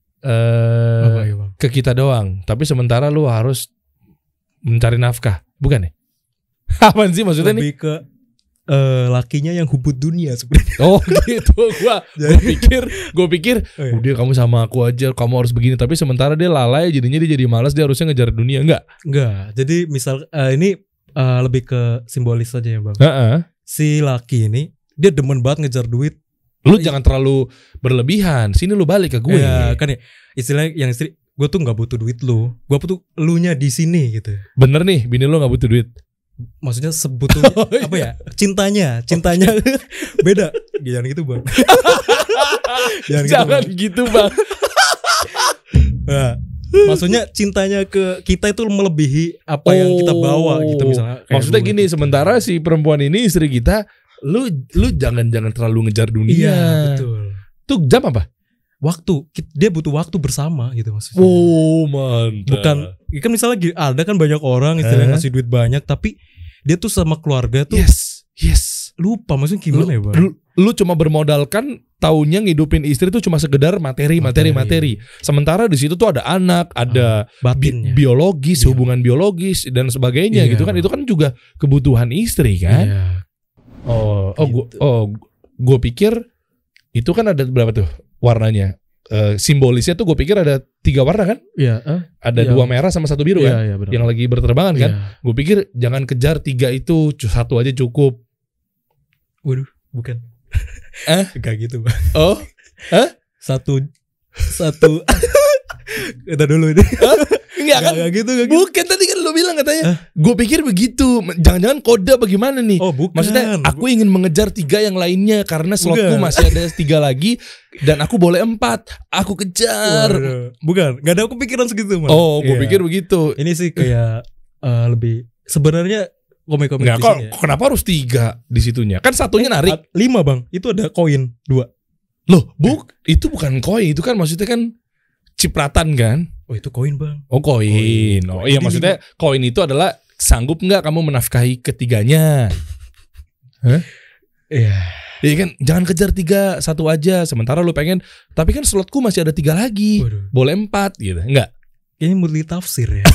ke kita doang, tapi sementara lu harus mencari nafkah, bukan ya? Apaan sih maksudnya lebih nih? Ke lakinya yang hubut dunia sebenarnya. Oh gitu. Gue pikir udah kamu sama aku aja, kamu harus begini, tapi sementara dia lalai, jadinya dia jadi malas, dia harusnya ngejar dunia. Enggak. Jadi misal ini lebih ke simbolis saja ya, Bang. Si laki ini dia demen banget ngejar duit. Lu jangan terlalu berlebihan. Sini lu balik ke gue. Ya kan ya. Istilahnya yang istri, gue tuh nggak butuh duit lu. Gue butuh elunya di sini gitu. Bener nih, bini lu nggak butuh duit. Maksudnya sebetulnya apa ya? Cintanya beda. Jangan gitu, Bang. Jangan gitu, Bang. Nah, maksudnya cintanya ke kita itu melebihi apa yang kita bawa gitu misalnya. Maksudnya gini, sementara si perempuan ini istri kita, lu jangan terlalu ngejar dunia. Iya, betul. Tuh jam apa? Waktu. Dia butuh waktu bersama gitu maksudnya. Oh, mantap. Bukan kan misalnya ada kan banyak orang istilahnya ngasih duit banyak tapi dia tuh sama keluarga tuh yes. Lupa maksudnya gimana ya, Bang? Lu cuma bermodalkan taunya ngidupin istri tuh cuma sekedar materi. Sementara di situ tuh ada anak, ada batinnya, biologis, hubungan biologis dan sebagainya gitu kan. Itu kan juga kebutuhan istri kan. Iya. Gue pikir itu kan ada berapa tuh warnanya? Simbolisnya tuh gue pikir ada 3 warna kan? Iya. Ada 2 merah sama 1 biru kan? Iya, yang lagi berterbangan kan? Gue pikir jangan kejar 3 itu, 1 aja cukup. Waduh, bukan. Gak gitu, Bang. Oh? Satu. Kita dulu ini. Enggak kan? Gak gitu. Bukan, tadi kan lo bilang katanya. Gue pikir begitu. Jangan-jangan kode bagaimana nih? Oh bukan. Maksudnya aku ingin mengejar 3 yang lainnya karena slotku masih ada 3 lagi dan aku boleh 4. Aku kejar. Bukan, gak ada aku pikiran segitu mas. Oh, gue pikir begitu. Ini sih kayak lebih sebenarnya komik-komik di sini ya. Kenapa harus 3 di situnya? Kan satunya narik 5 bang. Itu ada koin 2. Loh, itu bukan koin. Itu kan maksudnya kan cipratan kan? Oh itu koin bang. Oh koin. Oh iya, maksudnya koin itu adalah sanggup nggak kamu menafkahi ketiganya? Hah? Iya. Iya kan, jangan kejar 3 satu aja. Sementara lu pengen, tapi kan slotku masih ada 3 lagi. Waduh. Boleh 4 gitu, enggak? Ini multi tafsir ya.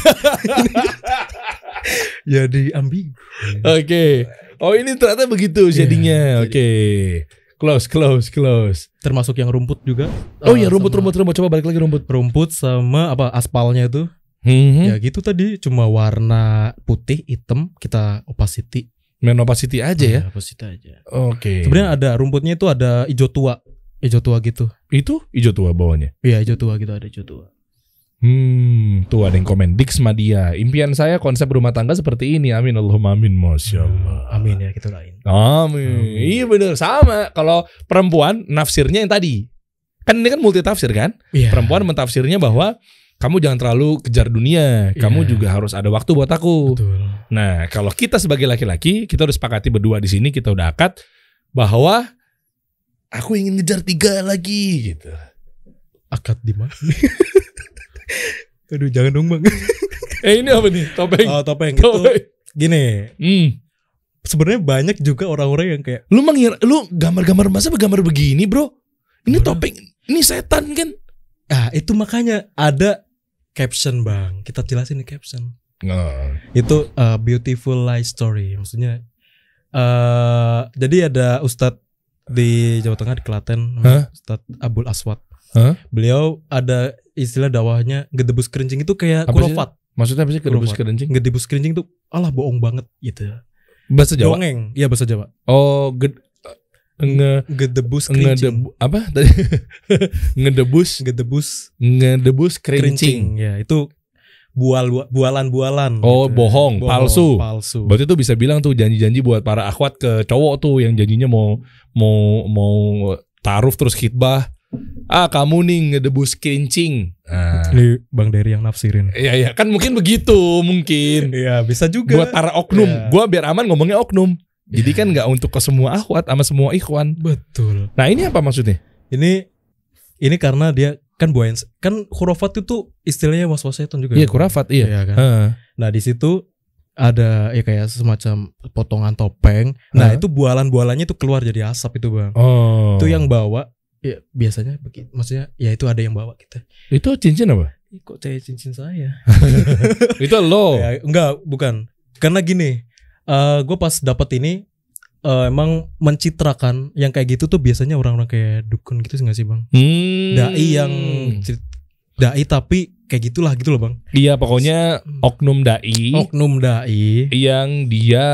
Jadi ambigu. Oke. Oh ini ternyata begitu jadinya. Oke. Close. Termasuk yang rumput juga. Oh iya, rumput. Coba balik lagi rumput. Rumput sama apa aspalnya itu. Ya gitu tadi, cuma warna putih, hitam, kita opacity. Main opacity aja ya. Opacity aja. Oke. Sebenarnya ada rumputnya itu ada hijau tua gitu. Itu hijau tua bawahnya. Iya, hijau tua gitu, ada hijau tua. Tuh ada yang komen Dix Madia. Impian saya konsep rumah tangga seperti ini. Amin Allahumma amin. Masya Allah. Amin ya, gitu lain. Amin. Iya benar, sama. Kalau perempuan nafsirnya yang tadi. Kan ini kan multi tafsir kan? Yeah. Perempuan mentafsirnya bahwa kamu jangan terlalu kejar dunia. Kamu juga harus ada waktu buat aku. Betul. Nah, kalau kita sebagai laki-laki, kita udah sepakati berdua di sini, kita udah akad bahwa aku ingin ngejar 3 lagi gitu. Akad di mana? Aduh, jangan dong bang. Ini apa nih? Topeng. Oh, topeng itu. Gini. Sebenarnya banyak juga orang-orang yang kayak lu gambar-gambar masa gambar begini, bro? Ini topeng, ini setan kan? Ah, itu makanya ada caption bang. Kita jelasin di caption. Itu beautiful life story. Maksudnya jadi ada Ustadz di Jawa Tengah di Klaten, Ustadz Abul Aswad. Beliau ada istilah dakwahnya gedebus kerincing itu kayak kurofat. Maksudnya apa sih gedebus kerincing? Gedebus kerincing tuh alah bohong banget gitu. Bahasa Jawa? Dongeng. Iya bahasa Jawa. Oh, gedebus kerincing. Apa tadi? Ngedebus kerincing. Ya, itu bualan-bualan. Oh, gitu. bohong, palsu. Berarti tuh bisa bilang tuh janji-janji buat para akhwat ke cowok tuh yang janjinya mau taruh terus khitbah. Kamu nih ngedebus kerincing. Ini Bang Dery yang nafsirin. Iya, kan mungkin begitu mungkin. Iya, bisa juga. Buat para oknum. Gua biar aman ngomongnya oknum. Jadi kan nggak untuk ke semua akhwat sama semua ikhwan. Betul. Nah, ini apa maksudnya? Ini karena dia kan buayan, kan khurafat itu istilahnya was-was setan juga. Iya, khurafat, iya kan. Nah, di situ ada ya kayak semacam potongan topeng. Nah, itu bualan-bualannya itu keluar jadi asap itu, Bang. Oh. Itu yang bawa ya biasanya begitu. Maksudnya ya itu ada yang bawa kita. Itu cincin apa? Kok kayak cincin saya? Itu lo? Ya, enggak, bukan. Karena gini, gue pas dapet ini emang mencitrakan yang kayak gitu tuh biasanya orang-orang kayak dukun gitu nggak sih bang? Dai tapi kayak gitulah gitu loh bang. Iya pokoknya oknum dai yang dia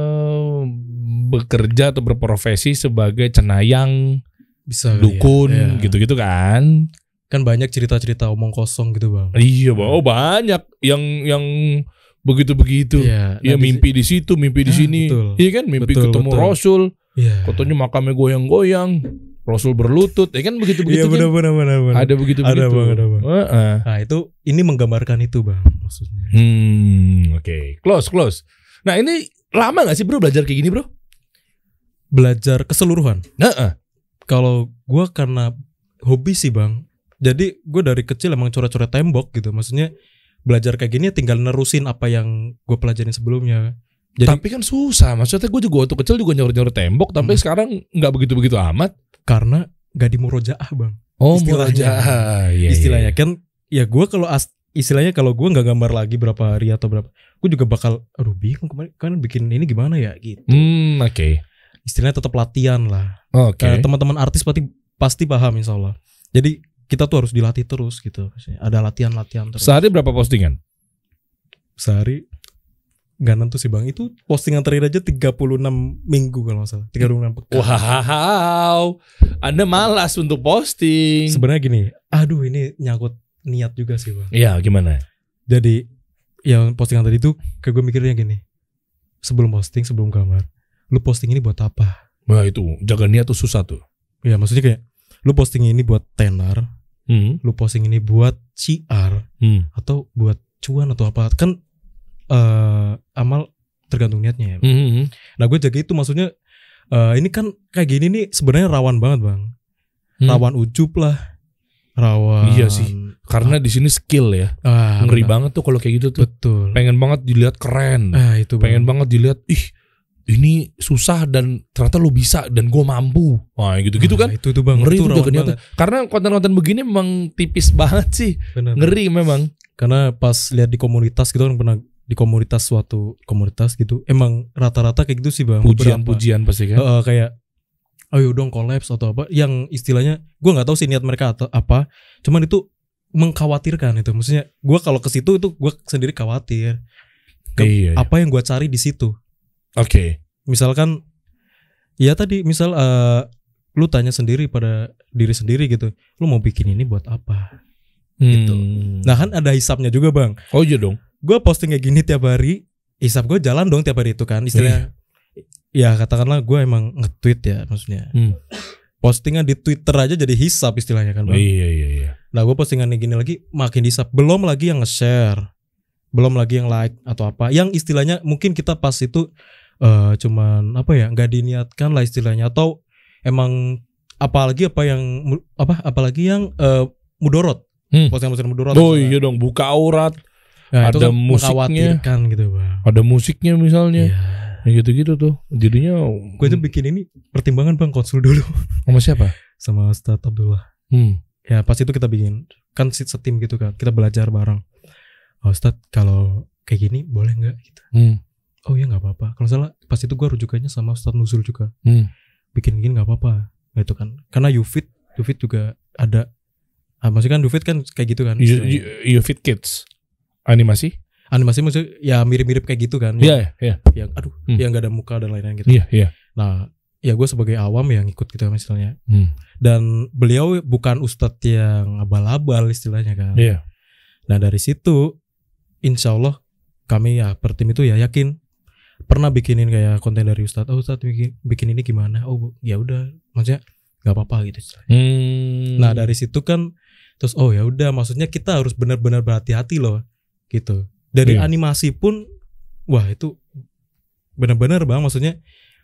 bekerja atau berprofesi sebagai cenayang, bisa dukun ya. Gitu-gitu kan banyak cerita-cerita omong kosong gitu bang. Iya bang, banyak yang begitu-begitu. Ya, mimpi di situ, mimpi di sini. Betul. Iya kan, mimpi ketemu Rasul. Iya. Katanya makamnya goyang-goyang. Rasul berlutut. Ya kan begitu-begitu. Iya, benar. Ada begitu-begitu. Ada bang. Nah, itu ini menggambarkan itu, Bang, maksudnya. Oke. Close. Nah, ini lama enggak sih, Bro, belajar kayak gini, Bro? Belajar keseluruhan. Kalau gua karena hobi sih, Bang. Jadi gue dari kecil emang coret-coret tembok gitu. Maksudnya belajar kayak gini tinggal nerusin apa yang gue pelajarin sebelumnya. Jadi, tapi kan susah. Maksudnya gue juga waktu kecil juga nyoret-nyoret tembok. Tapi sekarang gak begitu-begitu amat. Karena gak di murojaah bang. Oh murojaah. Istilahnya kan. Ya gue kalau istilahnya kalau gue gak gambar lagi berapa hari atau berapa. Gue juga bakal aduh bingung kemarin bikin ini gimana ya gitu. Oke. Istilahnya tetap latihan lah. Oke. Teman-teman artis pasti paham insya Allah. Jadi kita tuh harus dilatih terus gitu. Ada latihan-latihan terus. Sehari berapa postingan? Sehari gak nentu sih bang. Itu postingan terakhir aja 36 minggu kalau gak salah. 36 pekan. Wow. Anda malas untuk posting. Sebenarnya gini. Aduh ini nyangkut niat juga sih bang. Iya gimana? Jadi yang postingan tadi tuh kayak gue mikirnya gini, sebelum posting, sebelum gambar, lu posting ini buat apa? Nah itu jaga niat tuh susah tuh. Ya maksudnya kayak lu posting ini buat tenar, lu posting ini buat ciar, atau buat cuan atau apa? Kan amal tergantung niatnya ya. Nah gue jaga itu, maksudnya ini kan kayak gini nih sebenarnya rawan banget bang, rawan ujub lah, rawan. Iya sih, karena di sini skill ya, ngeri banget tuh kalau kayak gitu tuh. Betul. Pengen banget dilihat keren, itu pengen banget dilihat, ini susah dan ternyata lu bisa dan gue mampu. Wah gitu-gitu kan. Itu bang, ngeri itu tuh banget. Karena konten-konten begini memang tipis banget sih. Bener. Ngeri memang. Karena pas lihat di komunitas gitu kan, pernah di komunitas suatu komunitas gitu, emang rata-rata kayak gitu sih bang. Pujian-pujian pasti kan. Kayak ayo dong collabs atau apa, yang istilahnya gue nggak tahu sih niat mereka atau apa, cuman itu mengkhawatirkan itu. Maksudnya gue kalau ke situ itu gue sendiri khawatir apa yang gue cari di situ. Oke. Misalkan ya tadi misal lu tanya sendiri pada diri sendiri gitu, lu mau bikin ini buat apa? Gitu. Nah kan ada hisapnya juga bang. Oh iya dong. Gue posting kayak gini tiap hari, hisap gue jalan dong tiap hari itu kan, istilahnya. Ya katakanlah gue emang nge-tweet ya maksudnya. Postingan di Twitter aja jadi hisap istilahnya kan bang. Iya. Nah gue postingan gini lagi makin hisap, belum lagi yang nge-share, belum lagi yang like atau apa, yang istilahnya mungkin kita pas itu cuman apa ya, nggak diniatkan lah istilahnya, atau emang apalagi yang mudorot, postingan mudorot. Oh iya dong, buka aurat. Nah, ada musiknya gitu bang. Ada musiknya misalnya. Ya gitu-gitu tuh. Jadinya gue tuh bikin ini pertimbangan bang, konsul dulu. Sama siapa? Sama Ustadz Abdullah. Ya pas itu kita bikin kan setim gitu kan, kita belajar bareng. Ustadz kalau kayak gini boleh nggak gitu? Oh iya nggak apa-apa. Kalau salah pas itu gue rujukannya sama Ustadz Nuzul juga. Bikin gini nggak apa-apa gitu kan. Karena Yufit juga ada. Maksudnya kan Yufit kan kayak gitu kan. Yufit Kids animasi maksudnya ya mirip-mirip kayak gitu kan. Iya. Yang yang nggak ada muka dan lain-lain gitu. Iya. Nah ya gue sebagai awam yang ikut gitu misalnya. Dan beliau bukan Ustadz yang abal-abal istilahnya kan. Iya. Nah dari situ insya Allah kami ya per tim itu ya yakin pernah bikinin kayak konten dari Ustadz. Ustadz bikin ini gimana? Oh ya udah, maksudnya nggak apa-apa gitu. Nah dari situ kan terus ya udah, maksudnya kita harus benar-benar berhati-hati loh gitu. Dari animasi pun wah itu benar-benar bang, maksudnya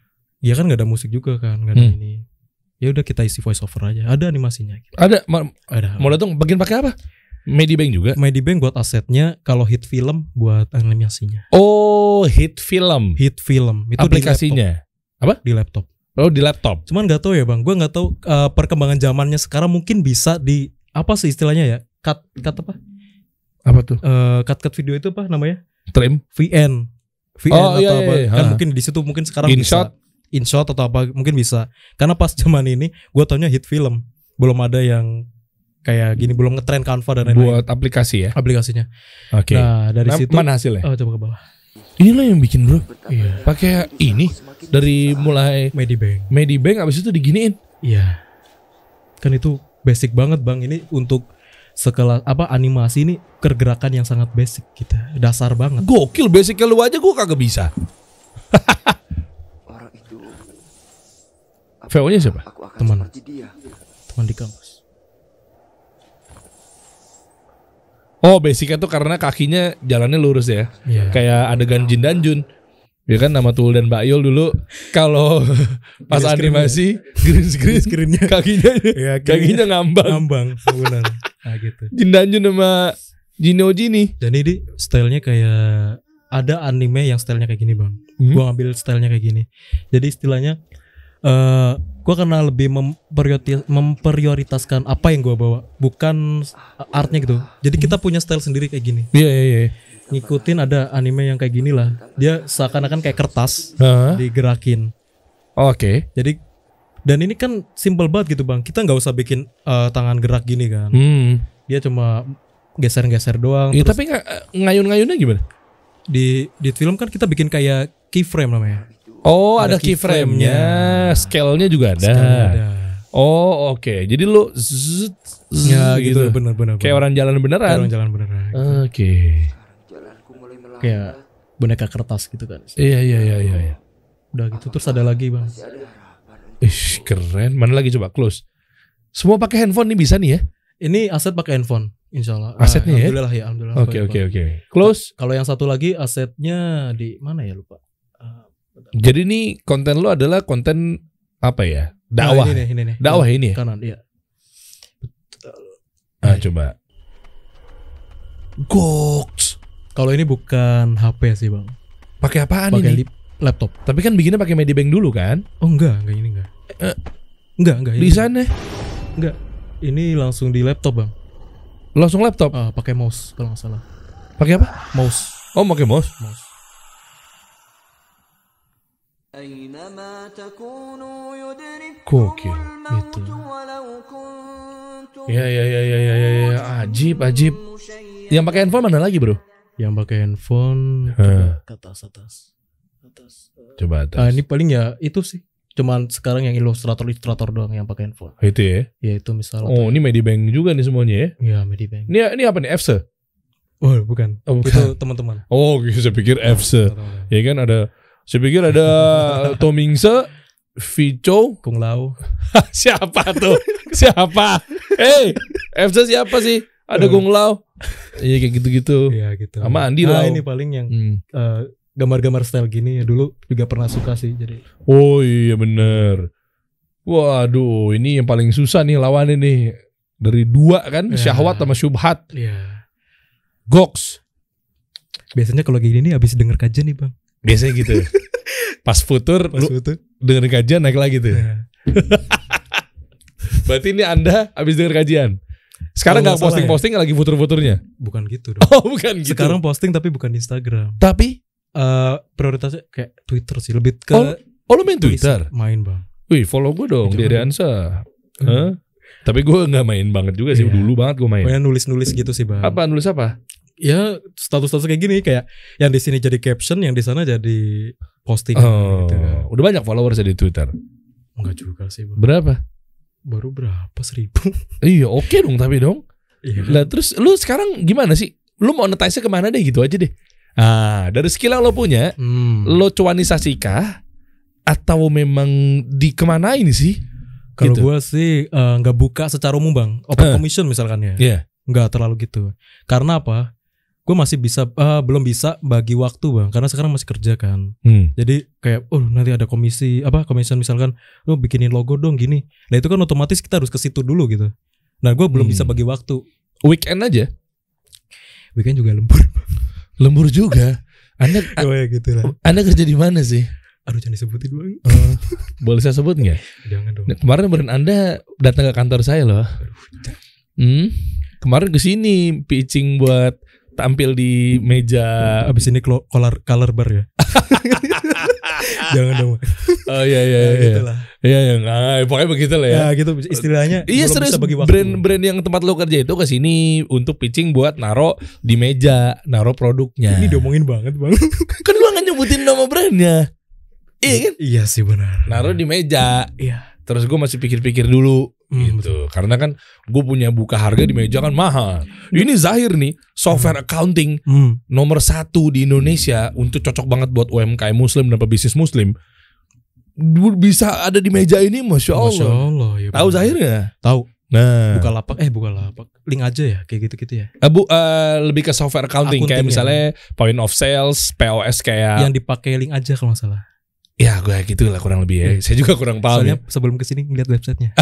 ya kan nggak ada musik juga kan, nggak ada ini. Ya udah kita isi voice over aja. Ada animasinya. Gitu. Ada. Mau datang bagian pakai apa? Medibank juga. Medibank buat asetnya, kalau hit film buat animasinya. Oh, hit film. Itu aplikasinya. Apa? Di laptop. Oh, di laptop. Cuman nggak tahu ya bang. Gue nggak tahu perkembangan zamannya sekarang mungkin bisa di apa sih istilahnya ya? Cut apa? Apa tuh? Cut video itu apa namanya? Trim. VN atau apa? Kan mungkin di situ mungkin sekarang bisa. InShot atau apa mungkin bisa. Karena pas zaman ini gue taunya hit film. Belum ada yang kayak gini, belum ngetren Canva dan lain-lain. Buat aplikasi ya? Aplikasinya. Oke. Nah dari situ mana hasilnya? Coba ke bawah. Inilah yang bikin bro. Iya. Pakai ini dari mulai Medibank abis itu diginiin. Iya. Kan itu basic banget bang. Ini untuk sekelas animasi ini pergerakan yang sangat basic kita. Dasar banget. Gokil, basicnya lu aja gue kagak bisa. Orang itu. VO-nya siapa? Teman di kampus. Oh, basicnya tuh karena kakinya jalannya lurus ya. Kayak adegan Jin dan Jun. Ya kan nama Tul dan Mbak Yul dulu kalau pas animasi green screen-nya kakinya ngambang. Benar. Nah gitu. Jin dan Jun sama Jino Jini. Dan ini stylenya kayak ada anime yang stylenya kayak gini bang. Gua ngambil stylenya kayak gini. Jadi istilahnya gue karena lebih memprioritaskan apa yang gue bawa, bukan artnya gitu. Jadi kita punya style sendiri kayak gini. Iya. Ngikutin ada anime yang kayak gini lah. Dia seakan-akan kayak kertas digerakin. Oke. Jadi dan ini kan simple banget gitu bang. Kita nggak usah bikin tangan gerak gini kan. Dia cuma geser-geser doang. Iya tapi ngayun-ngayunnya gimana? Di film kan kita bikin kayak keyframe namanya. Oh ada keyframe-nya, scale-nya juga ada. Oh oke. Jadi lu ya gitu bener-bener. Kayak orang jalan beneran. Kayak orang jalan beneran. Oke. Kayak boneka kertas gitu kan. Iya. Udah gitu terus ada lagi bang. Ih keren. Mana lagi coba close. Semua pakai handphone nih bisa nih ya? Ini aset pakai handphone. Insya Allah. Asetnya ya? Alhamdulillah. Oke. Close. Kalau yang satu lagi asetnya di mana ya lupa. Jadi nih konten lu adalah konten apa ya? Dakwah. Nah, ini nih. Dakwah ini ya? Kanan, iya. Coba. Goks. Kalau ini bukan HP sih bang. Pakai apaan ini? Pakai laptop. Tapi kan bikinnya pakai Medibank dulu kan? Oh enggak ini enggak. Enggak. Di sana? Enggak. Ini langsung di laptop bang. Langsung laptop? Pakai mouse kalau nggak salah. Pakai apa? Mouse. Oh pakai mouse. Gokil. Gitu. Ya. Ajib. Yang pakai handphone mana lagi bro? Yang pakai handphone ke atas. Coba atas. Ini paling ya itu sih. Cuman sekarang yang ilustrator doang yang pakai handphone. Itu ya? Ya itu misalnya. Oh ini Medibank juga nih semuanya ya? Iya Medibank. Ini apa nih? FC? Oh bukan. Itu teman-teman. Oh saya pikir FC. Ya kan ada. Saya pikir ada Tomingse, Vico, Kung Lao. Siapa tuh? Siapa? FC siapa sih? Ada Kung Lao. Iya kayak gitu-gitu. Iya gitu. Sama Andi Lau. Ini paling yang gambar-gambar style gini ya dulu juga pernah suka sih jadi. Oh iya bener. Waduh ini yang paling susah nih lawannya nih. Dari dua kan syahwat sama syubhat. Iya. Goks. Biasanya kalau gini nih habis denger kajian nih bang. Biasanya gitu. Pas futur lu denger kajian naik lagi tuh. Ya. Berarti ini Anda habis denger kajian. Sekarang nggak posting-posting lagi futur-futurnya. Bukan gitu dong. Oh bukan gitu. Sekarang posting tapi bukan Instagram. Tapi prioritasnya kayak Twitter sih, lebih ke. Oh lu main Twitter? Main bang. Wih follow gue dong di Ansa. Tapi gue nggak main banget juga sih. Dulu banget gue main. Nulis gitu sih bang. Apa nulis apa? Ya status kayak gini, kayak yang di sini jadi caption, yang di sana jadi posting. Gitu. Udah banyak followers di Twitter? Enggak juga sih bang. Berapa? Baru berapa 1,000. Iya oke dong tapi dong. Iya. Lah terus lu sekarang gimana sih? Lu monetize-nya kemana deh gitu aja deh. Dari skill yang lo punya, lo cuanisasikah atau memang dikemanain sih? Kalau gitu. gue sih nggak buka secara umum bang, open commission misalkan ya. Iya. Nggak terlalu gitu. Karena apa? Gue masih bisa belum bisa bagi waktu bang, karena sekarang masih kerja kan. Jadi kayak nanti ada commission misalkan lo bikinin logo dong gini. Nah itu kan otomatis kita harus ke situ dulu gitu. Nah gue belum bisa bagi waktu. Weekend aja. Weekend juga lembur. Lembur juga. Anda gitu lah. Anda kerja di mana sih? Aduh jangan disebutin bang. Boleh saya sebut nggak? Jangan dong. Nah, kemarin Anda datang ke kantor saya loh. Kemarin kesini pitching buat tampil di meja. Abis ini color bar ya. Jangan dong. Oh iya. Gitulah. Iya pokoknya begitu lah ya. Ya gitu istilahnya. Iya serius, brand yang tempat lo kerja itu kesini untuk pitching buat naro di meja, naro produknya. Ini diomongin banget bang. Kan lo nggak nyebutin nama brandnya. Iya kan? Iya sih benar. Naro di meja. Iya. Terus gue masih pikir-pikir dulu gitu. Karena kan gue punya buka harga di meja kan mahal. Ini Zahir nih, software accounting nomor 1 di Indonesia untuk cocok banget buat UMKM Muslim dan pebisnis Muslim. Bisa ada di meja ini, Masya Allah. Masya Allah ya, tahu Zahir nggak? Tahu. Nah, Bukalapak. Link aja ya, kayak gitu ya. Lebih ke software accounting kayak misalnya point of sales, POS kayak. Yang dipakai link aja kalau nggak salah. Ya gue gitu lah kurang lebih ya. Saya juga kurang paham. Soalnya sebelum kesini ngeliat websitenya.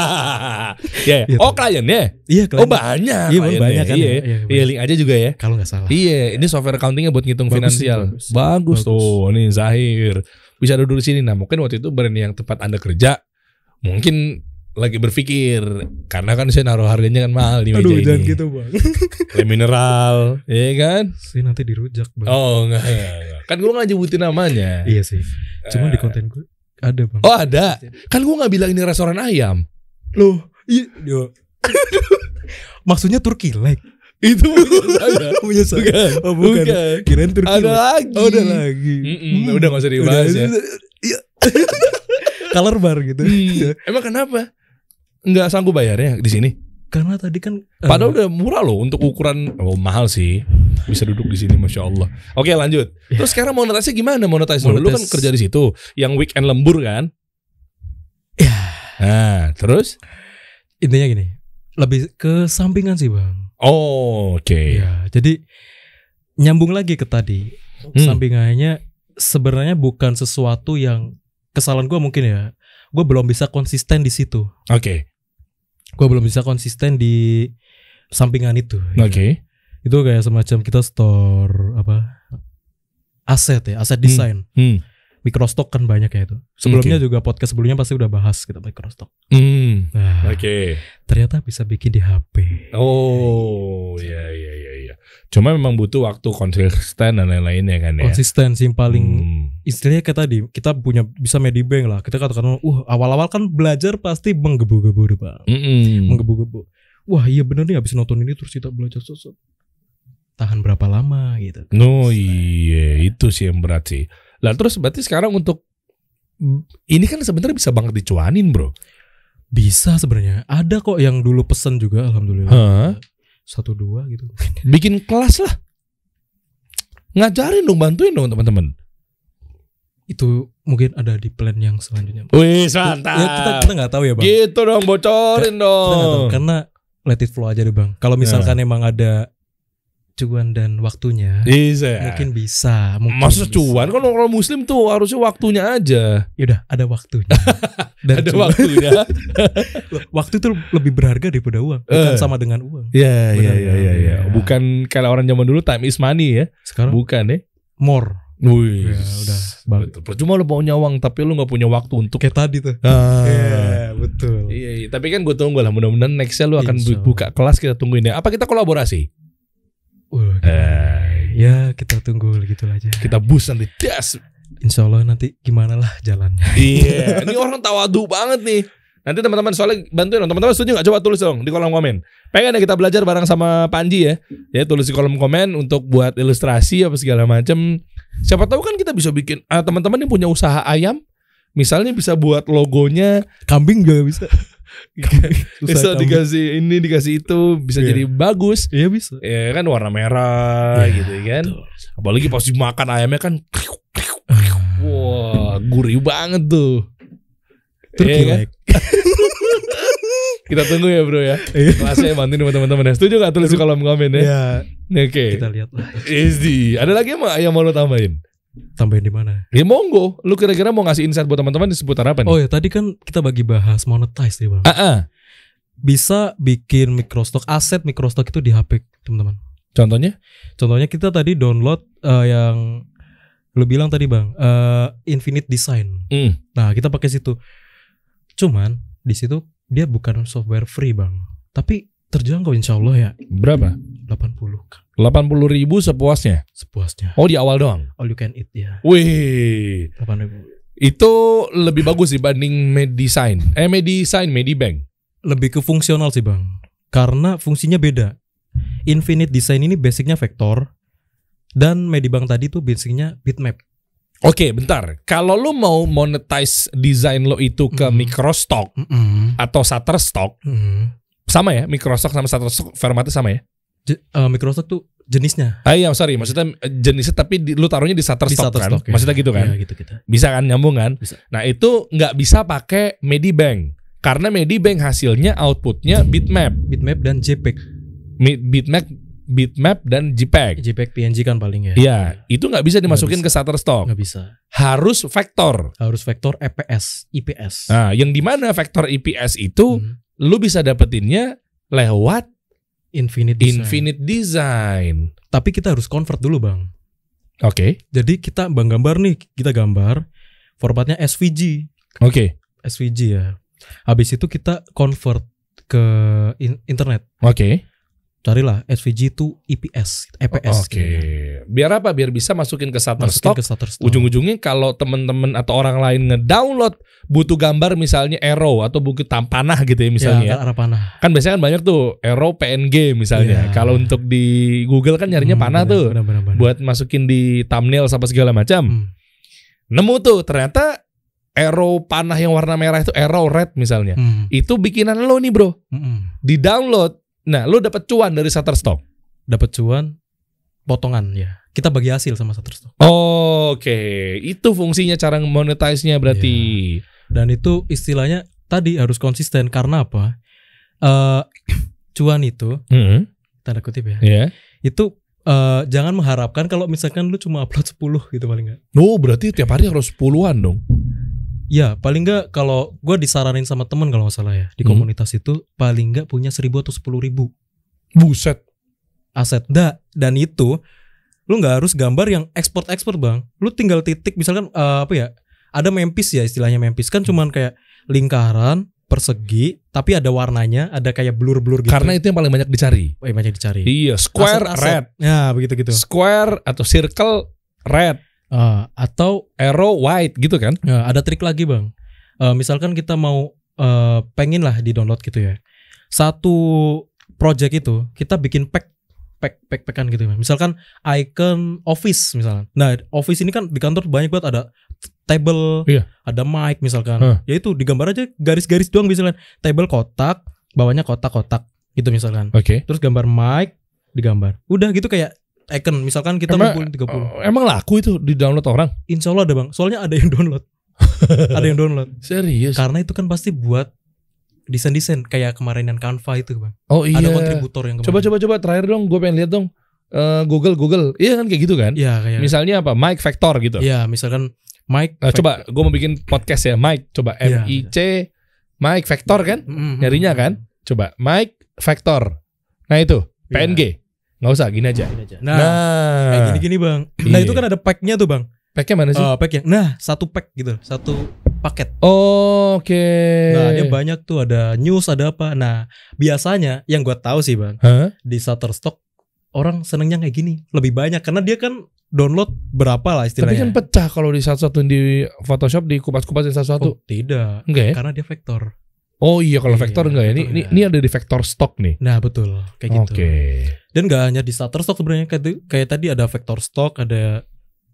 Ya. Oh kliennya? Iya kliennya. Oh banyak. Iya banyak kan. Iya link aja juga ya. Kalau nggak salah. Iya ini software accountingnya buat ngitung finansial. Bagus tuh. Nih Zahir bisa duduk di sini. Nah mungkin waktu itu brand yang tempat Anda kerja mungkin lagi berpikir karena kan saya naruh harganya kan mahal di meja ini. Jangan gitu bang. Kayak mineral, iya kan? Sih nanti dirujak bang. Oh enggak. Kan gue nggak nyebutin namanya. Iya sih. Cuma di konten gue ada bang. Oh ada. Kan gue nggak bilang ini restoran ayam. Loh, iya. Maksudnya Turki like. Itu punya saya. Oh bukan. Kirain Turki. Ada lagi. Oh ada lagi. Udah nggak usah dibahas ya. Iya. Color bar gitu. Emang kenapa? nggak sanggup bayarnya di sini? Karena tadi kan padahal udah murah loh untuk ukuran. Oh mahal sih. Bisa duduk di sini, masya Allah. Oke lanjut. Terus sekarang monetisasi gimana? Monetisasi lu kan kerja di situ, yang weekend lembur kan? Ya. Nah terus intinya gini, lebih ke sampingan sih bang. Oh oke. Ya, jadi nyambung lagi ke tadi. Sampingannya sebenarnya bukan sesuatu yang kesalahan gue mungkin ya. Gue belum bisa konsisten di situ. Oke. Gue belum bisa konsisten di sampingan itu. Oke. Itu kayak semacam kita store aset desain. Microstock kan banyak ya itu. Sebelumnya juga podcast sebelumnya pasti udah bahas kita microstock. Nah, ternyata bisa bikin di HP. Oh iya. Cuma memang butuh waktu konsisten dan lain-lainnya kan ya. Konsistensi yang paling istilahnya kayak tadi kita punya bisa Medibank lah. Kita katakan awal-awal kan belajar pasti menggebu-gebu Bang. Menggebu-gebu. Wah iya bener nih habis nonton ini terus kita belajar sosok. Tahan berapa lama gitu. No iya itu sih yang berat sih. Lah terus berarti sekarang untuk ini kan sebenarnya bisa banget dicuanin bro. Bisa sebenarnya. Ada kok yang dulu pesen juga alhamdulillah. 1-2 gitu. Bikin kelas lah. Ngajarin dong, bantuin dong teman-teman. Itu mungkin ada di plan yang selanjutnya. Wih, mantap. Ya, kita nggak tahu ya bang. Gitu dong, bocorin dong. Kita tahu, karena let it flow aja deh bang. Kalau misalkan emang ada cuan dan waktunya, mungkin bisa. Maksud cuan kan orang muslim tuh harusnya waktunya aja. Yaudah, ada waktunya. Dan ada waktunya. Waktu itu lebih berharga daripada uang. Bukan sama dengan uang. Iya. Bukan kalau orang zaman dulu time is money ya. Sekarang bukan ya. More. Wih, ya, udah. Betul. Percuma lu punya uang tapi lu nggak punya waktu untuk kayak tadi tuh. Betul. Iya. Tapi kan gue tunggu lah. Mudah-mudahan nextnya lu akan buka kelas, kita tungguin ya. Apa kita kolaborasi? Ya kita tunggu gitu aja. Kita boost nanti das. Insya Allah nanti gimana lah jalannya. Iya. Ini orang tawadu banget nih. Nanti teman-teman soalnya bantuin dong. Teman-teman setuju nggak? Coba tulis dong di kolom komen. Pengen ya kita belajar bareng sama Panji ya. Ya tulis di kolom komen untuk buat ilustrasi apa segala macam. Siapa tahu kan kita bisa bikin. Teman-teman yang punya usaha ayam, misalnya bisa buat logonya. Kambing juga bisa. Bisa dikasih ini dikasih itu bisa jadi bagus. Iya bisa. Ya kan warna merah gitu kan. Betul. Apalagi pas dimakan ayamnya kan wah, gurih banget tuh. Kan? Kita tunggu ya bro ya. Kelasnya bantuin teman-teman ya. Setuju gak tulis di kolom komen ya? Oke. Kita lihat lah. Ada lagi yang mau lo tambahin? Tambahin di mana? Ya monggo. Lu kira-kira mau ngasih insight buat teman-teman di seputar apa nih? Oh ya tadi kan kita bagi bahas monetize nih bang. Bisa bikin microstock, aset microstock itu di HP teman-teman. Contohnya? Contohnya kita tadi download yang lu bilang tadi bang, Infinite Design. Nah kita pakai situ. Cuman di situ dia bukan software free bang, tapi terjangkau insya Allah ya. Berapa? 80.000 sepuasnya. Oh di awal doang. All you can eat ya. Wih. 8.000. Itu lebih bagus dibanding Medibank. Lebih ke fungsional sih bang. Karena fungsinya beda. Infinite Design ini basicnya vektor. Dan Medibank tadi tuh basicnya bitmap. Oke, bentar. Kalau lo mau monetize desain lo itu ke microstock atau Shutterstock, sama ya? Microstock sama Shutterstock formatnya sama ya? Microstock tuh jenisnya. Iya, sorry. Maksudnya jenisnya tapi lu taruhnya di Shutterstock kan? Ya. Maksudnya gitu kan? Ya, gitu kita. Bisa kan nyambung kan? Bisa. Nah itu nggak bisa pakai Medibank. Karena Medibank hasilnya outputnya bitmap dan JPEG. Bitmap dan JPEG. JPEG PNG kan paling ya. Iya, itu nggak bisa dimasukin ke Shutterstock. Nggak bisa. Harus vektor. IPS. Nah, yang dimana vektor IPS itu lu bisa dapetinnya lewat Infinite Design. Tapi kita harus convert dulu bang. Oke. Jadi kita gambar nih, kita gambar formatnya SVG. Oke. SVG ya. Habis itu kita convert ke internet. Oke. Carilah SVG to EPS. Oke. Biar apa? Biar bisa masukin ke Shutterstock. Ujung-ujungnya kalau teman-teman atau orang lain ngedownload butuh gambar misalnya arrow atau buku panah gitu ya misalnya. Ya, arah panah. Kan biasanya kan banyak tuh arrow PNG misalnya. Kalau untuk di Google kan nyarinya panah tuh. Benar. Buat masukin di thumbnail apa segala macam. Nemu tuh ternyata arrow panah yang warna merah itu arrow red misalnya. Itu bikinan lo nih bro. Di download. Nah lo dapat cuan dari Shutterstock. Dapat cuan potongan ya. Kita bagi hasil sama Shutterstock. Oke. Itu fungsinya cara monetize-nya berarti. Dan itu istilahnya tadi harus konsisten. Karena apa? Cuan itu tanda kutip ya. Itu jangan mengharapkan kalau misalkan lu cuma upload 10 gitu paling enggak. Oh, berarti tiap hari harus 10-an dong. Ya, paling enggak kalau gue disaranin sama temen kalau nggak salah ya di komunitas itu paling enggak punya 1.000 atau 10.000. Buset. Aset. Dan itu lu nggak harus gambar yang ekspor bang. Lu tinggal titik misalkan ada mempis ya istilahnya mempis kan cuman kayak lingkaran persegi tapi ada warnanya, ada kayak blur gitu. Karena itu yang paling banyak dicari. Banyak dicari. Iya, square aset. Red. Ya, begitu. Square atau circle red. Atau arrow white gitu kan. Ya, ada trik lagi, Bang. Misalkan kita mau pengen lah di-download gitu ya. Satu project itu kita bikin pack-packan gitu. Misalkan icon office misalkan. Nah, office ini kan di kantor banyak banget ada table, ada mic misalkan. Ya itu digambar aja garis-garis doang misalkan. Table kotak, bawahnya kotak-kotak gitu misalkan. Terus gambar mic digambar. Udah gitu kayak icon misalkan kita ngumpulin 30. Emang laku itu di-download orang? Insya Allah ada bang. Soalnya ada yang download. Ada yang download. Serius? Karena itu kan pasti buat desain kayak kemarinan Canva itu bang. Oh iya. Ada kontributor yang kemarin. Coba terakhir dong, gue pengen lihat dong. Google. Iya kan kayak gitu kan? Iya kayak. Misalnya apa? Mic Vector gitu. Iya, misalkan Mic. Coba gue mau bikin podcast ya, Mic. Coba MIC Mic Vector kan? Nyarinya kan? Coba Mic Vector. Nah itu PNG. Nggak usah, gini aja. Nah kayak gini bang. Nah itu kan ada packnya tuh bang. Packnya mana sih? Packnya. Nah satu pack gitu, satu paket. Oke. Nah dia banyak tuh, ada news, ada apa. Nah biasanya yang gue tahu sih bang, di Shutterstock orang senengnya kayak gini lebih banyak karena dia kan download berapa lah istilahnya. Tapi kan pecah kalau di satu di Photoshop di kupas-kupasin satu-satu. Oh, tidak. Enggak ya? Karena dia vektor. Oh iya kalau vektor enggak ya. Ini ada di vektor stock nih. Nah betul kayak gitu. Oke. Dan gak hanya di Shutterstock sebenarnya kayak tadi ada vektor stock, ada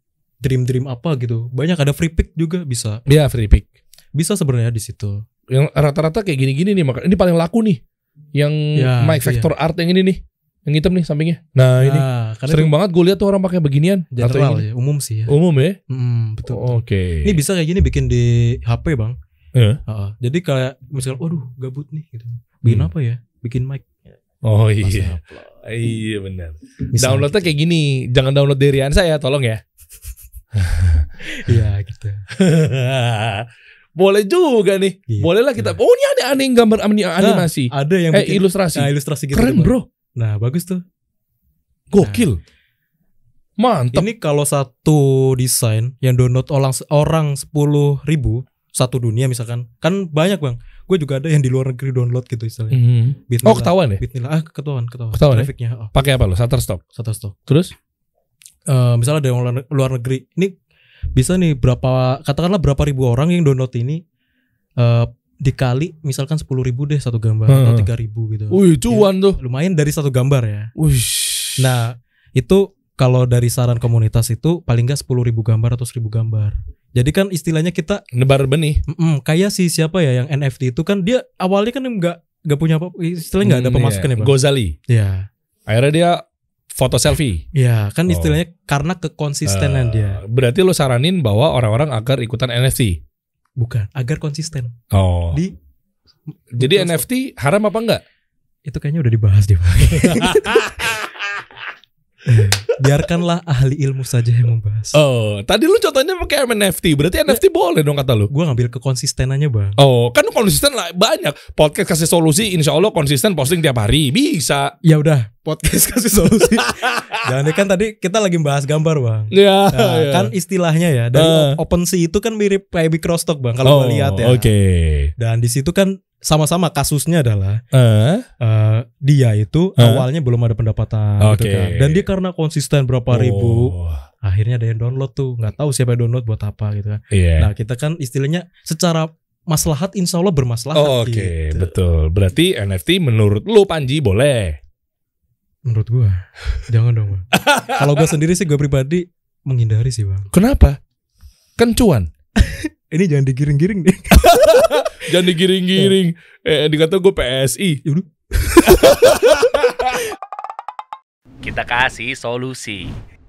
dream apa gitu. Banyak, ada free pick juga bisa. Iya free pick. Bisa sebenarnya di situ. Yang rata-rata kayak gini-gini nih, makanya ini paling laku nih. Yang Mic Vector Art yang ini nih. Yang hitam nih sampingnya. Nah ini sering banget gue lihat tuh orang pakai beginian. General ya, umum sih ya. Umum ya? Betul. Oke. Ini bisa kayak gini bikin di HP bang. Jadi kayak misalnya, waduh gabut nih gitu. Bikin apa ya? Bikin mic. Oh iya. Iya benar. Downloadnya kayak gini. Jangan download dari Rian saya, tolong ya. Iya gitu. Boleh juga nih. Gitu. Boleh lah kita. Oh ini ada aneh gambar animasi. Ada yang bikin ilustrasi. Nah, ilustrasi gitu. Keren bro. Nah bagus tuh. Gokil. Mantap. Ini kalau satu desain yang download orang 10.000 satu dunia misalkan, kan banyak bang. Gue juga ada yang di luar negeri download gitu istilahnya. Oh ketahuan ya? Ketahuan Trafficnya ya? Pakai apa lo? Shutterstock. Terus misalnya ada yang luar negeri, ini bisa nih katakanlah berapa ribu orang yang download ini, dikali misalkan 10.000 deh satu gambar atau 3.000 gitu. Wih cuan tuh. Lumayan dari satu gambar ya. Wih. Nah itu kalau dari saran komunitas itu paling nggak 10.000 gambar atau 1.000 gambar. Jadi kan istilahnya kita nebar benih. Kayak siapa ya yang NFT itu kan dia awalnya kan nggak punya apa, istilahnya nggak ada pemasukan ya bang. Gozali. Ya. Akhirnya dia foto selfie. Ya kan istilahnya karena kekonsistenan dia. Berarti lo saranin bahwa orang-orang agar ikutan NFT. Bukan, agar konsisten. Jadi NFT haram apa enggak? Itu kayaknya udah dibahas deh bang. Biarkanlah ahli ilmu saja yang membahas. Tadi lu contohnya pakai NFT, berarti NFT boleh dong kata lu. Gue ngambil kekonsistenannya bang. Kan konsisten lah banyak. Podcast kasih solusi, insya Allah konsisten posting tiap hari bisa. Ya udah, podcast kasih solusi. Jangan kan tadi kita lagi bahas gambar bang. Kan istilahnya ya dari OpenSea itu kan mirip kayak Microsoft bang kalau gue lihat ya. Dan di situ kan sama-sama kasusnya adalah dia itu awalnya belum ada pendapatan gitu kan. Dan dia karena konsisten berapa ribu, akhirnya ada yang download tuh. Nggak tahu siapa yang download buat apa gitu kan. Nah kita kan istilahnya secara maslahat insya Allah bermaslahat. Gitu. Betul. Berarti NFT menurut lu Panji boleh? Menurut gua jangan dong bang. Kalau gua sendiri sih, gua pribadi menghindari sih bang. Kenapa? Kan cuan. ini jangan digiring-giring deh. Jangan digiring-giring. Dikata gue PSI. Yaudah. Kita kasih solusi.